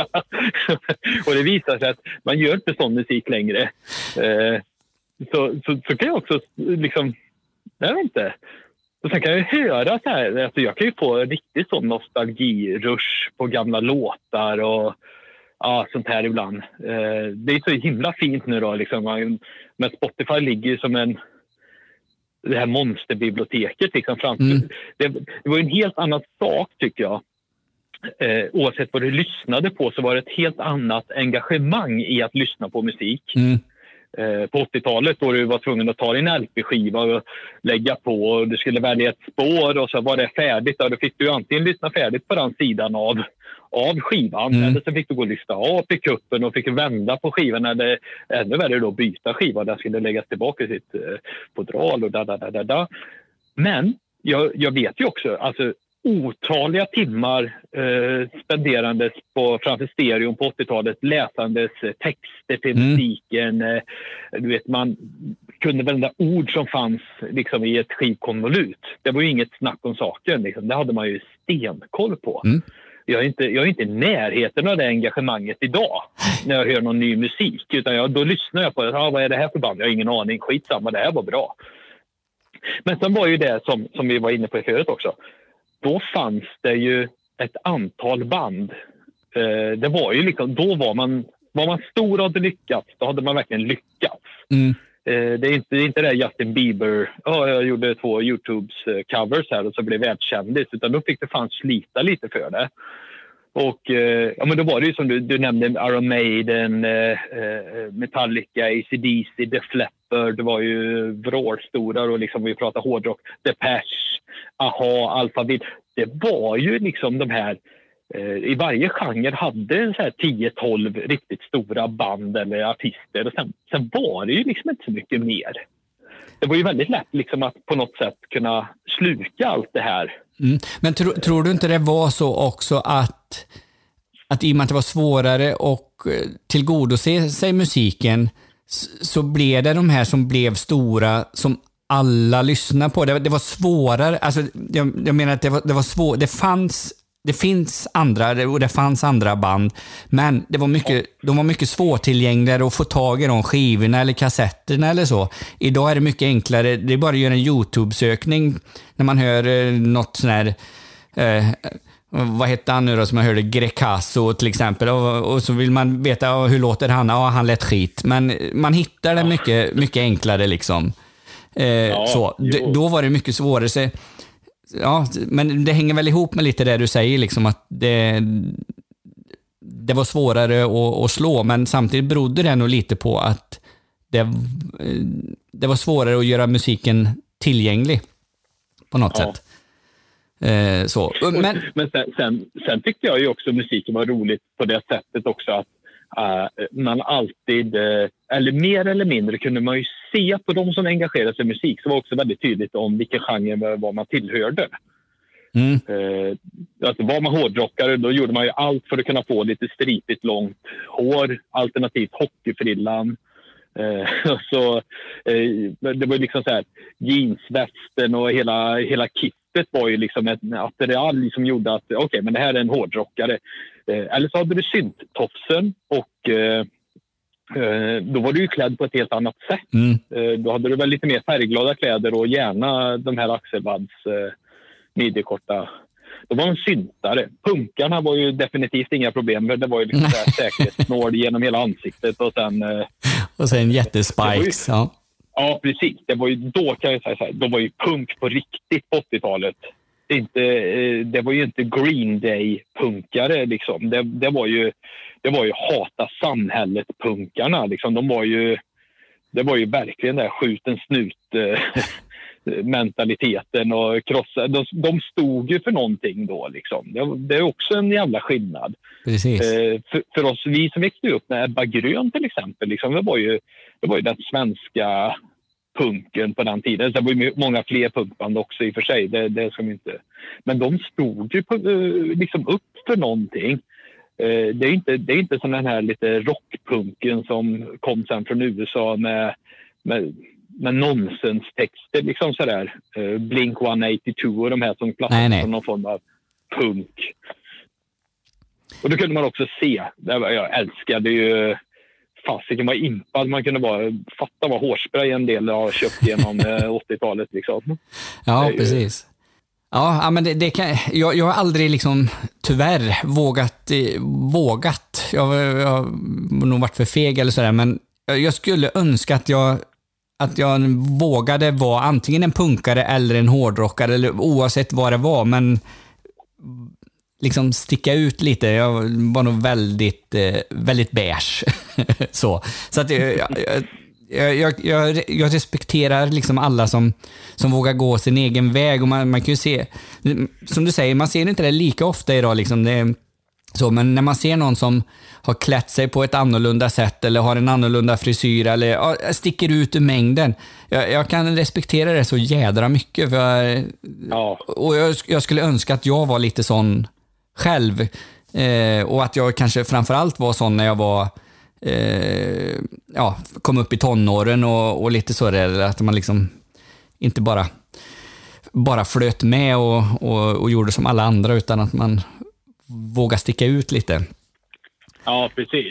Och det visar sig att man gör inte sån musik längre. Uh, så, så, så kan jag också liksom jag vet inte. Och sen kan jag höra så här, alltså jag kan ju få riktigt sån nostalgirush på gamla låtar och ja, sånt här ibland. Eh, det är så himla fint nu då liksom. Men Spotify ligger ju som en det här monsterbiblioteket liksom fram. Mm. Det, det var en helt annan sak tycker jag. Eh, oavsett vad du lyssnade på så var det ett helt annat engagemang i att lyssna på musik. Mm. På åttiotalet då du var tvungen att ta din L P-skiva och lägga på och du skulle välja ett spår och så var det färdigt och då fick du antingen lyssna färdigt på den sidan av, av skivan mm. eller så fick du gå och lyssna av pickuppen och fick vända på skivan eller ännu värre då byta skiva där skulle läggas tillbaka i sitt eh, fodral och da, da, da, da, da. Men jag, jag vet ju också alltså otaliga timmar eh, spenderandes på, framför stereon på åttiotalet, läsandes eh, texter till mm. musiken. Eh, du vet, man kunde vända ord som fanns liksom, i ett skivkonvolut. Det var ju inget snack om saken. Liksom. Det hade man ju stenkoll på. Mm. Jag är, inte, jag är inte i närheten av det engagemanget idag när jag hör någon ny musik. Utan jag, då lyssnar jag på det. Ah, vad är det här för band? Jag har ingen aning. Skitsamma, det här var bra. Men sen var ju det som, som vi var inne på i förut också. Då fanns det ju ett antal band. Eh, det var ju liksom, då var man, var man stor och hade lyckats, då hade man verkligen lyckats. Mm. Eh, det är inte, det är inte det Justin Bieber, oh, jag gjorde två YouTubes covers här och så blev jag världskändis, utan då fick det fan slita lite för det. Och eh, ja, men då var det ju som du, du nämnde Iron Maiden, eh, Metallica, A C D C, The Flapper, det var ju vrålstora och liksom vi pratar hårdrock, Depeche, Aha, Alphaville. Det var ju liksom de här, eh, i varje genre hade en så här tio tolv riktigt stora band eller artister och sen, sen var det ju liksom inte så mycket mer. Det var ju väldigt lätt liksom att på något sätt kunna sluka allt det här. Mm. Men tro, tror du inte det var så också att, att i och med att det var svårare att tillgodose sig musiken så blev det de här som blev stora som alla lyssnar på. Det, det var svårare, alltså jag, jag menar att det var, det var svårt, det fanns det finns andra och det fanns andra band, men det var mycket, de var mycket svårtillgängliga att få tag i de skivorna eller kassetterna eller så. Idag är det mycket enklare, det är bara att göra en YouTube-sökning när man hör något sån här eh, vad heter han nu då som jag hörde, Grecaso till exempel, och, och så vill man veta ja, hur låter han, ja han lät skit, men man hittar det mycket, mycket enklare liksom. Eh, ja, så. D- då var det mycket svårare så, ja, men det hänger väl ihop med lite det du säger liksom, att det, det var svårare att, att slå, men samtidigt berodde det nog lite på att det, det var svårare att göra musiken tillgänglig på något ja. sätt. Eh, så. Men, men sen, sen, sen tyckte jag ju också musiken var roligt på det sättet också att uh, man alltid, uh, eller mer eller mindre kunde man ju se på de som engagerade sig i musik, så var också väldigt tydligt om vilken genre vad man tillhörde. Mm. Uh, alltså var man hårdrockare, då gjorde man ju allt för att kunna få lite stripigt långt hår, alternativt hockeyfrillan. Uh, så uh, det var ju liksom så här jeansvästen och hela, hela kit var ju liksom ett material som gjorde att okej, okay, men det här är en hårdrockare. Eh, eller så hade du synttofsen och eh, då var du ju klädd på ett helt annat sätt. Mm. Eh, då hade du väl lite mer färgglada kläder och gärna de här axelbadds eh, midjekorta. Då var en syntare. Punkarna var ju definitivt inga problem, men det var ju liksom säkerhetsnål genom hela ansiktet och sen eh, och sen jättespikes, ja. Ja, precis. Det var ju, då kan jag säga så här, då var ju punk på riktigt på åttiotalet. Det, inte, det var ju inte Green Day-punkare liksom. Det, det var ju det var ju hata samhället-punkarna liksom. De var ju, det var ju verkligen där skjuten snut mentaliteten och krossa. De, de stod ju för någonting då liksom. Det, det är också en jävla skillnad. Precis. Eh, för, för oss, vi som växte upp med Ebba Grön till exempel, liksom, det var ju det var ju den svenska punken på den tiden. Det var ju många fler punkband också i och för sig. Det, det ska man inte. Men de stod ju på, liksom upp för någonting. Det är inte, det är inte som den här lite rockpunken som kom sen från U S A med, med, med nonsenstexter. Liksom sådär. Blink one eighty-two och de här som platsade som någon form av punk. Och då kunde man också se. Jag älskade ju fasiken var impad. Man kunde bara fatta vad hårspray en del har köpt genom åttiotalet. Liksom. Ja, precis. Ja, men det, det kan, jag, jag har aldrig liksom tyvärr vågat, vågat. Jag, jag har nog varit för feg eller sådär, men jag skulle önska att jag, att jag vågade vara antingen en punkare eller en hårdrockare, eller oavsett vad det var, men liksom sticka ut lite. Jag var nog väldigt väldigt beige. så så att jag, jag, jag, jag, jag respekterar liksom alla som som vågar gå sin egen väg, och man, man kan ju se, som du säger, man ser inte det lika ofta idag liksom, det så, men när man ser någon som har klätt sig på ett annorlunda sätt eller har en annorlunda frisyr eller ja, sticker ut ur mängden, jag, jag kan respektera det så jädra mycket, för, ja. och jag, jag skulle önska att jag var lite sån själv, eh, och att jag kanske framförallt var sån när jag var eh, ja, kom upp i tonåren och, och lite så där, att man liksom inte bara bara flöt med och, och, och gjorde som alla andra, utan att man vågar sticka ut lite. Ja, precis.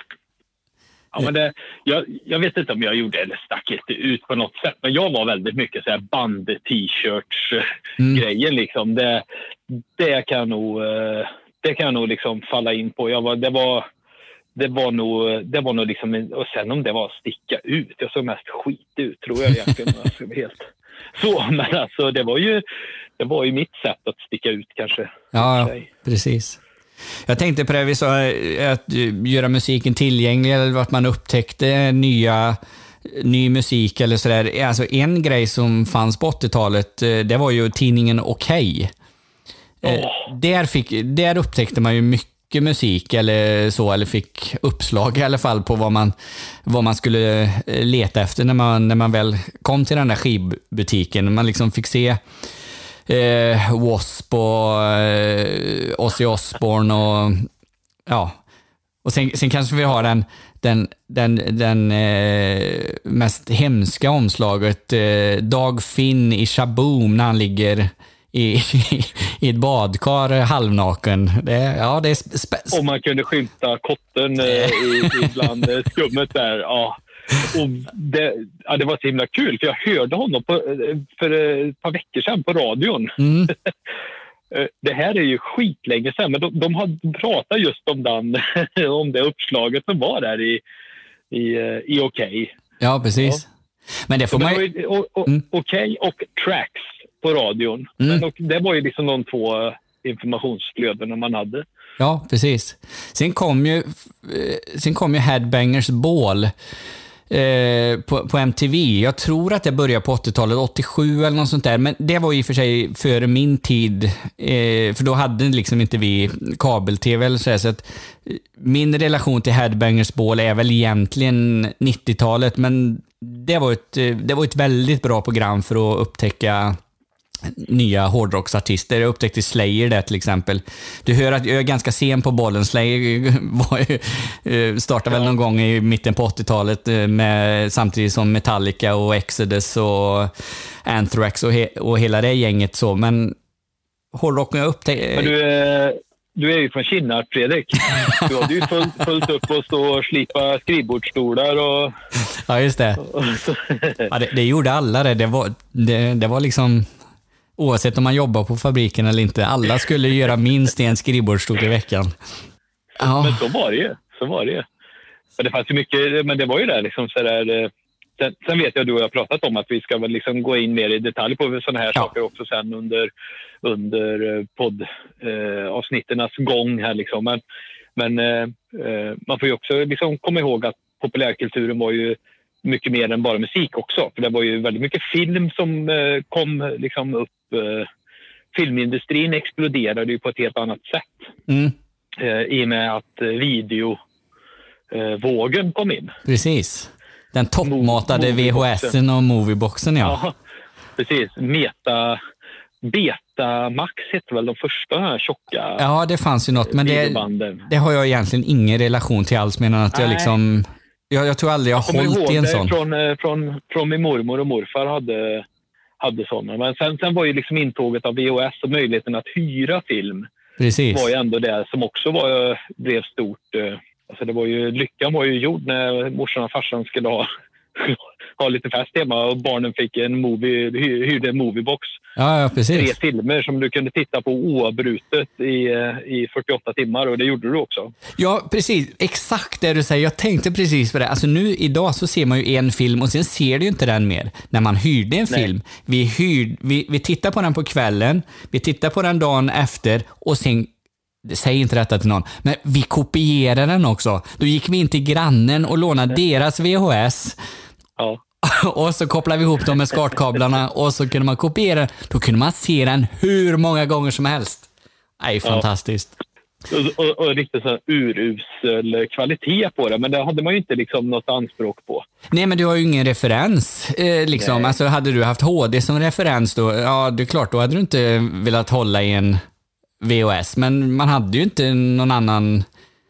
Ja, men det, jag, jag vet inte om jag gjorde eller stack inte ut på något sätt, men jag var väldigt mycket så här band-t-shirts mm. grejen liksom. Det, det kan nog det kan nog liksom falla in på. Jag var, det var det var nog det var nog liksom, och sen om det var sticka ut, jag såg mest skit ut tror jag egentligen. helt. Så, men alltså det var ju det var ju mitt sätt att sticka ut kanske. Ja, precis. Jag tänkte på det, vi sa att göra musiken tillgänglig, eller att man upptäckte nya, ny musik eller sådär. Alltså en grej som fanns på åttiotalet, det var ju tidningen Okej. Oh. Där, fick, där upptäckte man ju mycket musik eller så, eller fick uppslag i alla fall på vad man, vad man skulle leta efter när man, när man väl kom till den där skivbutiken. Man liksom fick se Eh, W A S P och eh, Ozzy Osbourne och ja, och sen, sen kanske vi har den den, den, den eh, mest hemska omslaget, eh, Dag Finn i Shaboom när han ligger i, i, i ett badkar halvnaken. Det, ja, det är spe- och man kunde skymta kotten eh, i, ibland skummet där, ja. Och det, ja, det var så himla kul, för jag hörde honom på, för ett par veckor sedan på radion. Mm. det här är ju skitlänge sedan, men de, de har pratat just om den, om det uppslaget som var där i, i, i Okej. Ja, precis. Ja. Men det får man ju... Mm. Okej och Tracks på radion. Mm. Men och, det var ju liksom de två informationsflödena man hade. Ja, precis. Sen kom ju, sen kom ju Headbangers Ball eh, på, på M T V. Jag tror att det började på åttiotalet, åttiosju eller något sånt där. Men det var ju för sig före min tid. Eh, för då hade liksom inte vi kabel-tv eller så, så att min relation till Headbangers Ball är väl egentligen nittiotalet. Men det var ett, det var ett väldigt bra program för att upptäcka nya hårdrocksartister. Jag upptäckte Slayer där till exempel. Du hör att jag är ganska sen på bollen. Slayer var, startade väl någon gång i mitten på åttiotalet med, samtidigt som Metallica och Exodus och Anthrax och, he, och hela det gänget så. Men hårdrocken jag upptäckte... Men du, du är ju från Kinna, Fredrik. Du hade ju fullt, fullt upp och stå och slipa skrivbordsstolar och... Ja, just det. Ja, det, det gjorde alla det. Det var, det, det var liksom... Oavsett om man jobbar på fabriken eller inte. Alla skulle göra minst en skrivbordsstol i veckan. Ja. Men så var det ju. Så var det ju. Men det fanns ju mycket, men det var ju där liksom så där. Sen, sen vet jag att du och jag har pratat om att vi ska väl liksom gå in mer i detalj på sådana här ja. saker också sen under, under poddavsnitternas eh, gång här liksom. Men, men eh, man får ju också liksom komma ihåg att populärkulturen var ju mycket mer än bara musik också. För det var ju väldigt mycket film som eh, kom liksom upp. Eh, filmindustrin exploderade ju på ett helt annat sätt. Mm. Eh, I och med att eh, videovågen eh, kom in. Precis. Den toppmatade V H S-en och movieboxen, ja. Ja, precis. Meta... Betamax heter väl de första här tjocka... Ja, det fanns ju något, men det, det har jag egentligen ingen relation till alls, medan att Nej. jag liksom... Jag, jag tror aldrig jag har hållit i en sån. Från, från, från min mormor och morfar hade, hade sådana. Men sen, sen var ju liksom intåget av V H S och möjligheten att hyra film. Precis. Var ju ändå det som också var, blev stort. Alltså det var ju, lyckan var ju gjord när morsan och farsan skulle ha, ha lite fest hemma och barnen fick en movie, hyrde en moviebox. Ja, ja, precis. Tre filmer som du kunde titta på oavbrutet i, i fyrtioåtta timmar, och det gjorde du också. Ja, precis. Exakt det du säger. Jag tänkte precis på det. Alltså nu idag så ser man ju en film och sen ser du ju inte den mer. När man hyrde en Nej. film. Vi, hyrde, vi, vi tittar på den på kvällen, vi tittar på den dagen efter och sen, säg inte detta till någon, men vi kopierade den också. Då gick vi in till grannen och lånade Nej. deras V H S. Ja. Och så kopplade vi ihop dem med skartkablarna och så kunde man kopiera. Då kunde man se den hur många gånger som helst. Nej, fantastiskt. Ja. Och, och, och riktigt så urusel kvalitet på det, men det hade man ju inte liksom något anspråk på. Nej, men du har ju ingen referens. Eh, liksom. Alltså, hade du haft H D som referens då, ja, det är klart, då hade du inte velat hålla i en V H S. Men man hade ju inte någon annan...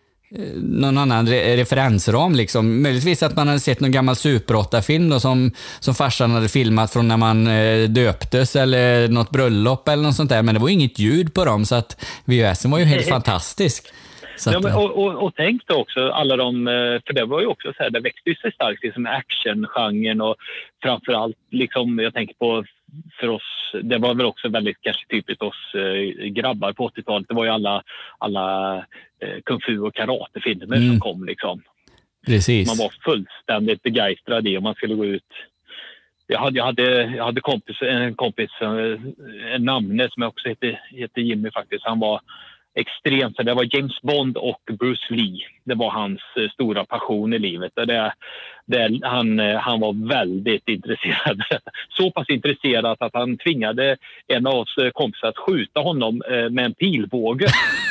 någon annan re- referensram liksom. Möjligtvis att man hade sett någon gammal Super åtta-film då, som, som farsan hade filmat från när man eh, döptes eller något bröllop eller något sånt där, men det var inget ljud på dem, så att V H S var ju helt fantastisk. Så ja, att, men, och, och, och tänk då också alla de, för det var ju också så här, det växte ju sig starkt liksom actiongenren och framförallt liksom, jag tänker på för oss, det var väl också väldigt kanske typiskt oss eh, grabbar på åttiotalet, det var ju alla, alla eh, kung fu och karatefilmer mm. som kom liksom. Precis. Man var fullständigt begeistrad i om man skulle gå ut. Jag hade, jag hade, jag hade kompis, en kompis, en namne som jag också heter, heter Jimmy faktiskt, han var extremt, så det var James Bond och Bruce Lee. Det var hans eh, stora passion i livet. Det, det, han, eh, han var väldigt intresserad. Så pass intresserad att han tvingade en av oss eh, kompisar att skjuta honom eh, med en pilbåge.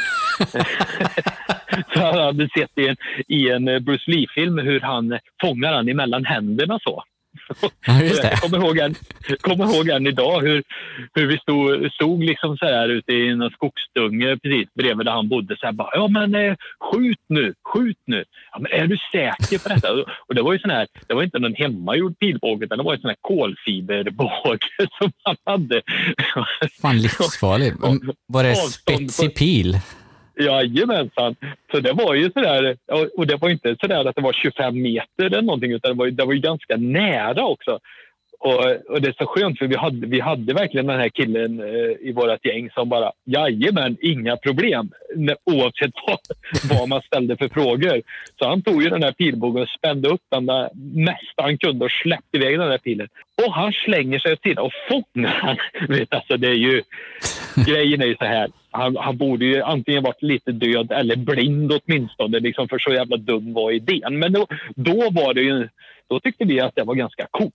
Så han hade sett i en, i en Bruce Lee-film hur han fångar han emellan händerna så. Ja, just det. Jag kommer ihåg en, kommer ihåg en idag hur, hur vi stod, stod liksom så här ute i en skogsdunge precis bredvid där han bodde så här bara, ja men eh, skjut nu, skjut nu. Ja men är du säker på detta? Och det var ju sån här, det var inte någon hemmagjord pilbåge utan det var ju sån här kolfiberbåge som han hade. Fan livsfarlig. Var det spetsig pil? Jajamensan. Så det var ju sådär, och det var inte sådär att det var tjugofem meter eller någonting, utan det var, det var ju ganska nära också. Och, och det är så skönt för vi hade, vi hade verkligen den här killen eh, i vårat gäng som bara, jajamän, inga problem. Oavsett vad, vad man ställde för frågor. Så han tog ju den här pilbågen och spände upp den där mesta han kunde och släppte iväg den där pilen. Och han slänger sig åt sidan och fångar han. Vet, alltså det är ju, grejen är ju så här. Han, han borde ju antingen varit lite död eller blind åtminstone. Liksom, för så jävla dum var idén. Men då, då var det ju, då tyckte vi att det var ganska coolt.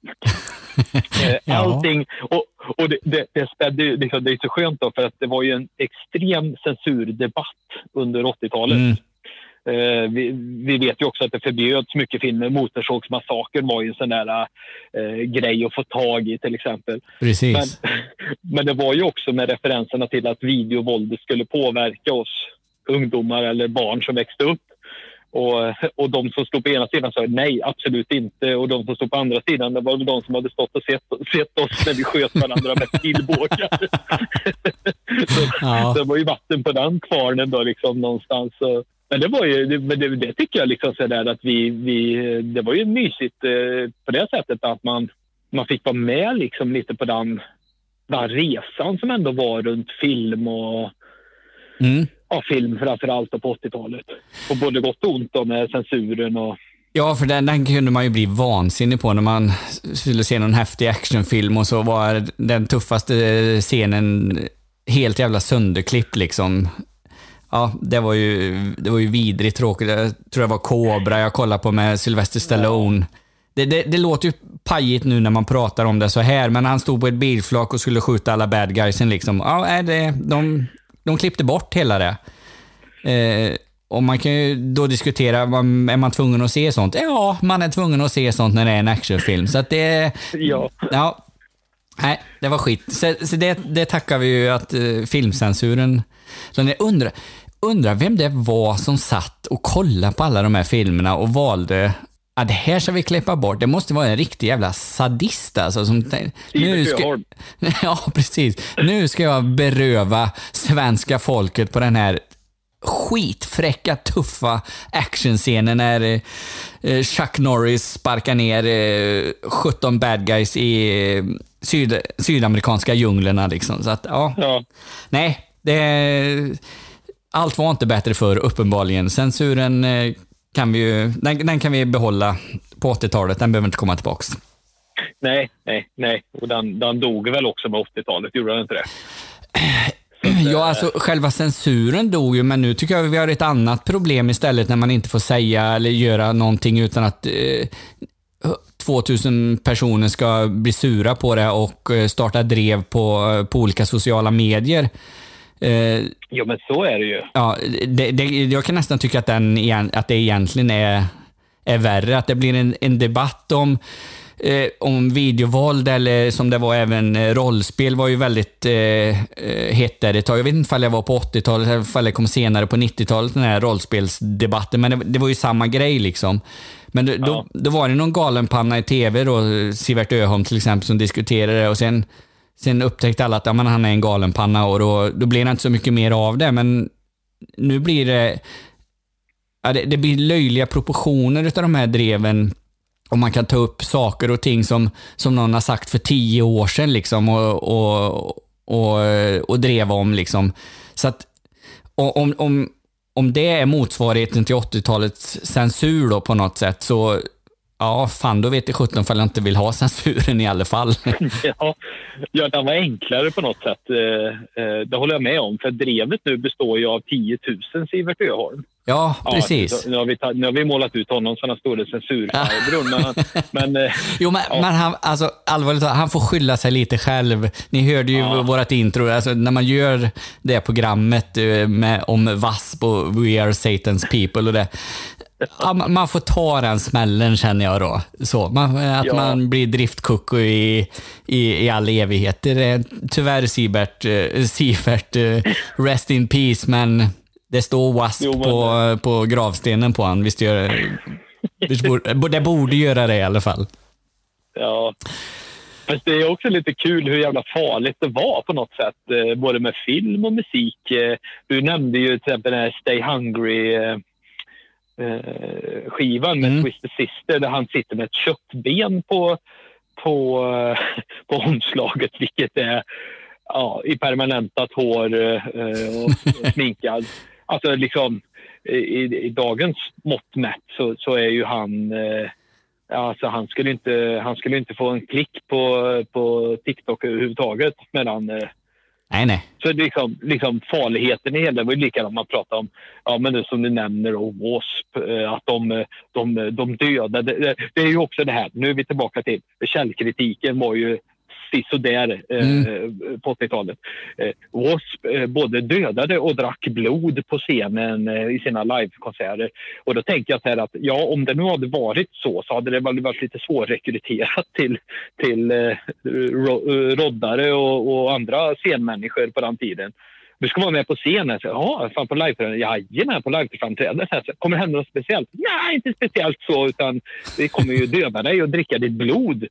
Ja. Allting, och, och det, det, det, spädde, liksom, det är så skönt då, för att det var ju en extrem censurdebatt under åttiotalet. Mm. Eh, vi, vi vet ju också att det förbjöds mycket filmer. Motorsågsmassakern var ju en sån där eh, grej att få tag i till exempel. Precis. Men, men det var ju också med referenserna till att videovåldet skulle påverka oss ungdomar eller barn som växte upp. Och, och de som stod på ena sidan sa nej, absolut inte. Och de som stod på andra sidan, det var de som hade stått och sett, sett oss när vi sköt varandra med pilbågar. Så ja. Det var ju vatten på den kvarnen då liksom någonstans. Så, men det var ju, det, det, det tycker jag liksom så där att vi, vi, det var ju mysigt eh, på det sättet att man, man fick vara med liksom lite på den, den resan som ändå var runt film och mm. ja, film framförallt på åttiotalet. Och både gott och ont då med censuren och... Ja, för den, den kunde man ju bli vansinnig på när man skulle se någon häftig actionfilm och så var den tuffaste scenen helt jävla sönderklippt liksom. Ja, det var ju, det var ju vidrigt tråkigt. Jag tror det var Cobra jag kollade på med Sylvester Stallone. Det, det, det låter ju pajigt nu när man pratar om det så här, men han stod på ett bilflak och skulle skjuta alla bad guysen liksom. Ja, det, de, de klippte bort hela det. Eh, och man kan ju då diskutera, är man tvungen att se sånt? Ja, man är tvungen att se sånt när det är en actionfilm. Så att det... Ja. Ja. Nej, det var skit. Så, så det, det tackar vi ju att uh, filmcensuren... Så jag undrar, undrar vem det var som satt och kollade på alla de här filmerna och valde... Ja, det här ska vi klippa bort. Det måste vara en riktig jävla sadist alltså, som nu ska, ja, precis. Nu ska jag beröva svenska folket på den här skitfräcka, tuffa actionscenen när eh, Chuck Norris sparkar ner eh, sjutton bad guys i eh, syd, sydamerikanska djunglerna liksom. Så att, ja. ja. Nej, det, allt var inte bättre för uppenbarligen. Censuren eh, kan vi ju, den, den kan vi behålla på åttiotalet, den behöver inte komma tillbaks. Nej, nej, nej. Och den, den dog väl också med åttiotalet, gjorde den inte det? Ja, alltså själva censuren dog ju, men nu tycker jag vi har ett annat problem istället när man inte får säga eller göra någonting utan att eh, tvåtusen personer ska bli sura på det och starta drev på, på olika sociala medier. Eh, jo, men så är det ju. Ja, det, det, jag kan nästan tycka att, den, att det egentligen är, är värre. Att det blir en, en debatt om, eh, om videovåld eller som det var även rollspel var ju väldigt eh, hett där ett tag. Jag vet inte om jag var på åttiotalet eller om jag kom senare på nittiotalet den här rollspelsdebatten. Men det, det var ju samma grej liksom. Men då, ja. då, då var det någon galenpanna i tv då, Sivert Öholm till exempel, som diskuterade det och sen Sen upptäckte alla att ja, men han är en galenpanna och då, då blir det inte så mycket mer av det. Men nu blir det, ja, det, det blir löjliga proportioner av de här dreven. Och man kan ta upp saker och ting som, som någon har sagt för tio år sedan liksom, och, och, och, och dreva om. Liksom. Så att om, om, om det är motsvarigheten till åttiotalets censur då, på något sätt så... Ja, fan, då vet jag sjutton för jag inte vill ha censuren i alla fall. ja, ja, den var enklare på något sätt. Det håller jag med om. För drevet nu består ju av tio tusen Sivert Öholm. Ja, precis. Ja, nu, har vi, nu har vi målat ut honom sådana stora censurfarbror. men, men, jo, men, ja. men han, alltså, allvarligt, han får skylla sig lite själv. Ni hörde ju ja. vårat intro. Alltså, när man gör det programmet med, om W A S P och We Are Satan's People och det. Ja, man får ta den smällen, känner jag då. Så, man, att ja. man blir driftkucko i, i, i all evighet. Det är tyvärr Sivert, uh, Sivert uh, rest in peace, men det står W A S P jo, men... på, på gravstenen på han. Visst gör det, borde, det borde göra det i alla fall. Ja, fast det är också lite kul hur jävla farligt det var på något sätt, både med film och musik. Du nämnde ju till exempel den här Stay Hungry skivan med mm. Twisted Sister där han sitter med ett köttben på, på, på omslaget, vilket är ja, i permanentat hår eh, och, och sminkad. Alltså liksom i, i dagens mått mätt så, så är ju han eh, alltså han skulle inte han skulle inte få en klick på, på TikTok överhuvudtaget mellan eh, nej nej. Så liksom, liksom farligheten i hela var ju likadant man pratar om, ja men det som du nämner och W A S P, att de, de, de dödade, det, det är ju också det här, nu är vi tillbaka till källkritiken var ju sådär mm. eh, på åttiotalet. Eh, W A S P eh, både dödade och drack blod på scenen eh, i sina livekonserter. Och då tänker jag så här att ja, om det nu hade varit så så hade det väl varit lite svårrekryterat till, till eh, ro, roddare och, och andra scenmänniskor på den tiden. Du ska vara med på scenen. Ja, fan på live. Jajamän, på live-framträdande. Kommer det hända något speciellt? Nej, inte speciellt så, utan det kommer ju döda dig och dricka ditt blod.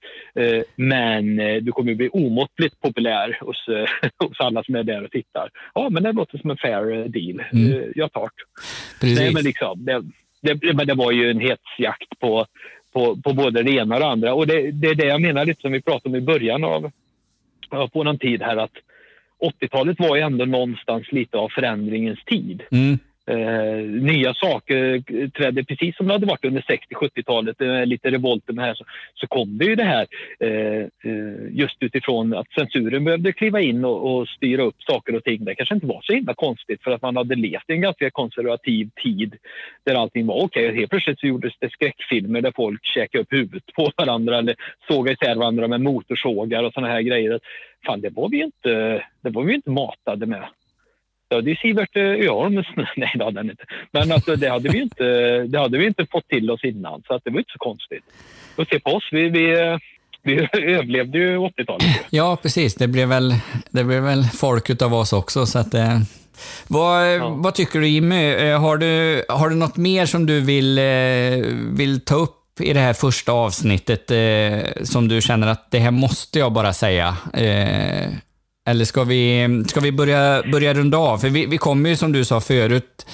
Men du kommer ju bli omåttligt populär hos, hos alla som är där och tittar. Ja, men det låter som en fair deal. Mm. Jag tar det. Nej, men liksom, det, det, det var ju en hetsjakt på, på, på både det ena och det andra. Och det, det är det jag menar lite som vi pratade om i början av, av på någon tid här, att åttiotalet var ju ändå någonstans lite av förändringens tid. Mm. Eh, nya saker trädde precis som det hade varit under sextio-sjuttiotalet, eh, lite revolten här, så, så kom det ju det här eh, just utifrån att censuren behövde kliva in och, och styra upp saker och ting. Det kanske inte var så himla konstigt för att man hade levt i en ganska konservativ tid där allting var okej. Okay. Helt plötsligt så gjordes det skräckfilmer där folk käkade upp huvudet på varandra eller såg isär varandra med motorsågar och såna här grejer. Fan, det var vi inte, det var vi inte matade med. Ja, det är Sivert Öholm. Nej, det hade han inte. Men alltså, det, hade vi inte, det hade vi inte fått till oss innan. Så att det var inte så konstigt. Och se på oss, vi, vi, vi överlevde ju åttiotalet. Ja, precis. Det blev väl, det blev väl folk utav oss också. Så att, eh, vad, ja. vad tycker du, Jimmy? Har du, har du något mer som du vill, eh, vill ta upp i det här första avsnittet eh, som du känner att det här måste jag bara säga? Eh, Eller ska vi, ska vi börja, börja runda av? För vi, vi kommer ju, som du sa förut,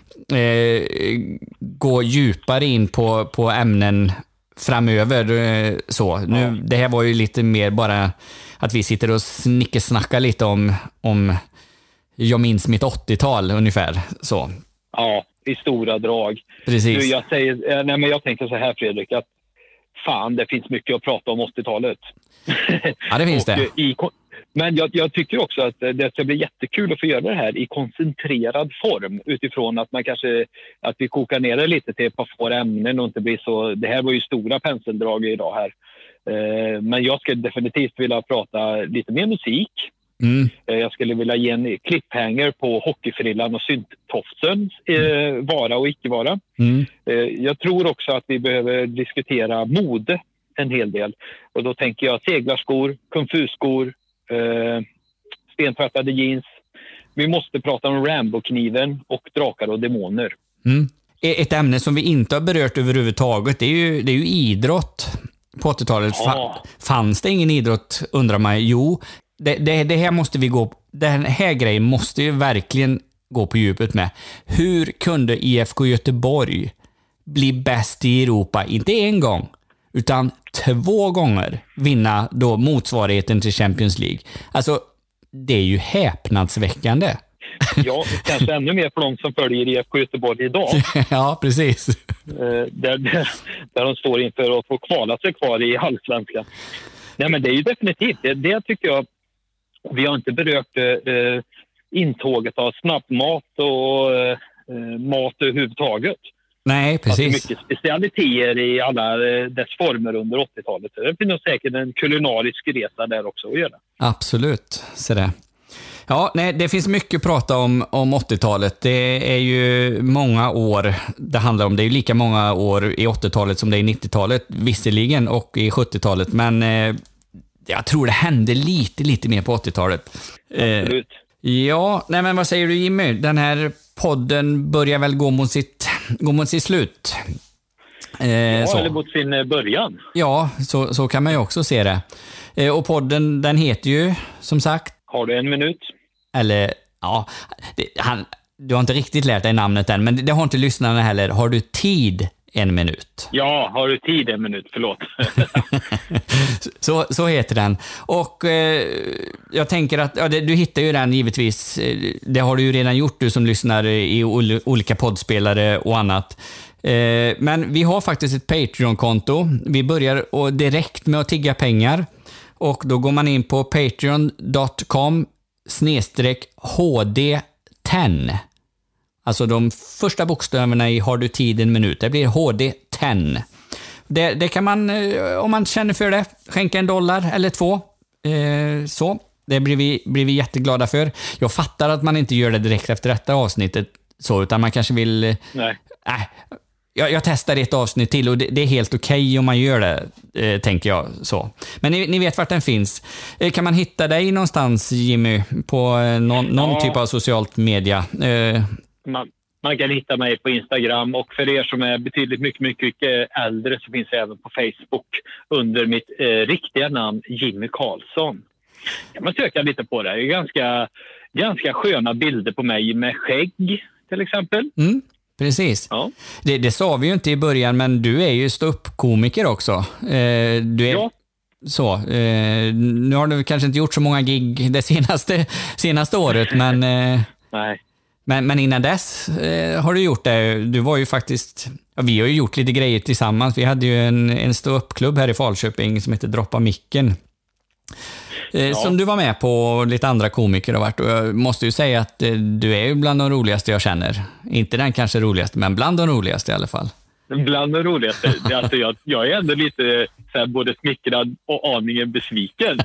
eh, gå djupare in på, på ämnen framöver. Eh, så. Nu, ja. Det här var ju lite mer bara att vi sitter och snickesnackar lite om, om jag minns mitt åttiotal ungefär. Så. Ja, i stora drag. Precis. Du, jag, säger, nej, men jag tänker så här, Fredrik, att fan, det finns mycket att prata om åttiotalet. Ja, det finns det. I, Men jag, jag tycker också att det ska bli jättekul att få göra det här i koncentrerad form utifrån att man kanske, att vi kokar ner det lite till ett par få ämnen och inte blir så, det här var ju stora penseldrag idag här. Eh, men jag skulle definitivt vilja prata lite mer musik. Mm. Eh, jag skulle vilja ge en cliffhanger på hockeyfrillan och synttofsen, eh, vara och icke vara. Mm. Eh, jag tror också att vi behöver diskutera mode en hel del. Och då tänker jag seglarskor, kung-fu-skor, Uh, stentvättade jeans. Vi måste prata om Rambo-kniven och drakar och demoner. Mm. Ett ämne som vi inte har berört överhuvudtaget, det är ju, det är ju idrott på åttiotalet. Ja. Fanns det ingen idrott, undrar man? Jo, det, det, det här måste vi gå, den här grejen måste ju verkligen gå på djupet med. Hur kunde I F K Göteborg bli bäst i Europa, inte en gång utan två gånger vinna då motsvarigheten till Champions League? Alltså, det är ju häpnadsväckande. Ja, kanske ännu mer för de som följer I F K Göteborg idag. Ja, precis. Där, där, där de står inför att få kvala sig kvar i allsvenskan. Nej, men det är ju definitivt. Det, det tycker jag, vi har inte berört eh, intåget av snabbmat och eh, mat överhuvudtaget. Nej, precis. Alltså mycket specialiteter i alla dess former under åttiotalet. Det finns säkert en kulinarisk resa där också att göra. Absolut, så det. Ja, nej, det finns mycket att prata om, om åttiotalet. Det är ju många år det handlar om. Det är ju lika många år i åttiotalet som det är i nittiotalet, visserligen, och i sjuttiotalet. Men eh, jag tror det hände lite, lite mer på åttiotalet. Absolut. Eh, ja, nej, men vad säger du, Jimmy? Den här podden börjar väl gå mot sitt, gå mot sitt slut. Eh, ja, så. Eller mot sin början. Ja, så, så kan man ju också se det. Eh, och podden, den heter ju, som sagt... Har du en minut? Eller, ja, det, han, du har inte riktigt lärt dig namnet än, men det, det har inte lyssnarna heller. Har du tid en minut. Ja, har du tid en minut, förlåt. så, så heter den. Och eh, jag tänker att ja, det, du hittar ju den givetvis. Det har du ju redan gjort, du som lyssnar i ol- olika poddspelare och annat. Eh, men vi har faktiskt ett Patreon-konto. Vi börjar och direkt med att tigga pengar. Och då går man in på patreon dot com snedstreck H D tio. Alltså de första bokstäverna i Har du tid en minut. Det blir H D tio. Det, det kan man, om man känner för det, skänka en dollar eller två. Eh, så. Det blir vi, blir vi jätteglada för. Jag fattar att man inte gör det direkt efter detta avsnittet. Så, utan man kanske vill... Nej. Äh, jag, jag testar ett avsnitt till och det, det är helt okej okay om man gör det, eh, tänker jag. Så. Men ni, ni vet vart den finns. Eh, kan man hitta dig någonstans, Jimmy, på eh, någon, någon ja. typ av socialt media? Eh, Man, man kan hitta mig på Instagram, och för er som är betydligt mycket, mycket äldre så finns jag även på Facebook under mitt eh, riktiga namn Jimmy Karlsson. Kan man söka lite på det. Det är ganska, ganska sköna bilder på mig med skägg till exempel. Mm, precis. Ja. Det, det sa vi ju inte i början, men du är ju ståuppkomiker också. Eh, du är... Ja. Så, eh, nu har du kanske inte gjort så många gig det senaste, senaste året, men... Eh, Nej. Men, men innan dess eh, har du gjort det. Du var ju faktiskt... Ja, vi har ju gjort lite grejer tillsammans. Vi hade ju en, en stå-upp-klubb här i Falköping som heter Droppa Micken. Eh, ja. Som du var med på, och lite andra komiker har varit. Och jag måste ju säga att eh, du är ju bland de roligaste jag känner. Inte den kanske roligaste, men bland de roligaste i alla fall. Bland de roligaste. Alltså jag, jag är ändå lite så här, både smickrad och aningen besviken.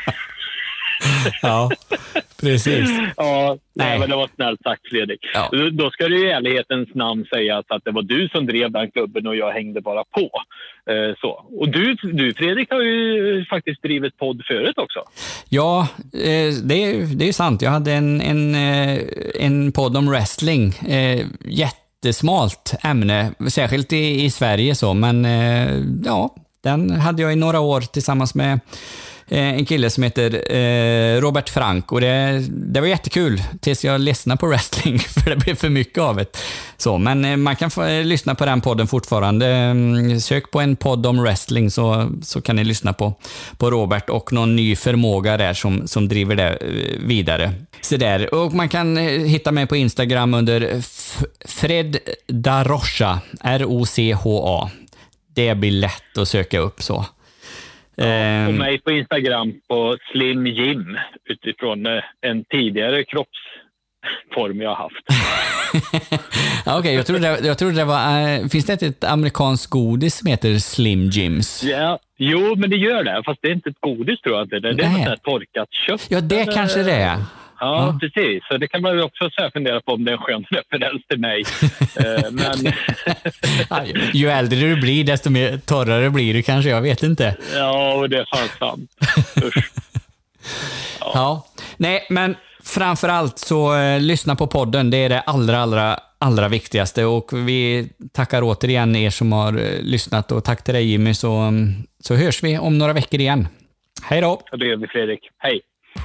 Ja, precis. Ja, nej. Nej. Men det var snällt sagt, Fredrik. Ja. Då, då ska det i ärlighetens namn sägas att det var du som drev den klubben och jag hängde bara på. Eh, så. Och du, du, Fredrik, har ju faktiskt drivit podd förut också. Ja, eh, det är det är sant. Jag hade en, en, eh, en podd om wrestling. Eh, jättesmalt ämne, särskilt i, i Sverige så. Men eh, ja, den hade jag i några år tillsammans med en kille som heter eh, Robert Frank, och det, det var jättekul tills jag ledsnade på wrestling för det blev för mycket av det. Så, men eh, man kan få eh, lyssna på den podden fortfarande. Mm, sök på en podd om wrestling så, så kan ni lyssna på, på Robert och någon ny förmåga där som, som driver det eh, vidare. Så där. Och man kan eh, hitta mig på Instagram under F- Fred Darocha, R O C H A. Det blir lätt att söka upp så. Ja, och mig på Instagram på Slim Jim utifrån en tidigare kroppsform jag har haft. Okej, okay, jag tror det, jag tror det var... Äh, finns det ett amerikanskt godis som heter Slim Jims? Ja, jo, men det gör det. Fast det är inte ett godis, tror jag inte. Det, det är något där torkat kött. Ja, det eller... kanske det är. Ja, ja, precis. Så det kan man ju också så här fundera på om det är en skön referens till mig. Men... ju äldre du blir, desto mer torrare blir du kanske, jag vet inte. Ja, och det är fan sant. Usch. Ja. ja. Nej, men framförallt så eh, lyssna på podden. Det är det allra, allra, allra viktigaste. Och vi tackar återigen er som har eh, lyssnat. Och tack till dig, Jimmy, så, så hörs vi om några veckor igen. Hej då! Ja, det gör vi, Fredrik. Hej!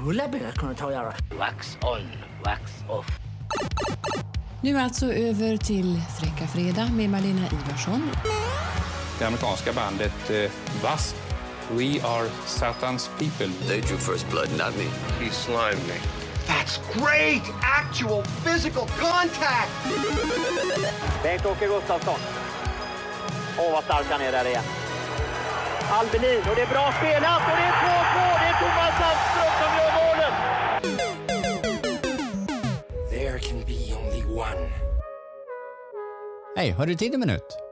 Wax on, wax off. Nu alltså över till Fräcka Fredag med Malena Ivarsson. Det amerikanska bandet eh, W.A.S.P. We are Satan's people. They drew first blood, not me. He slimed me. That's great actual physical contact! Bengt-Åke Gustafsson. Åh, vad stark han är där igen. Albelin, och det är bra spelat, och det är två två. Det är Thomas Sandström som gör målet. There can be only one. Hej, har du tid en minut?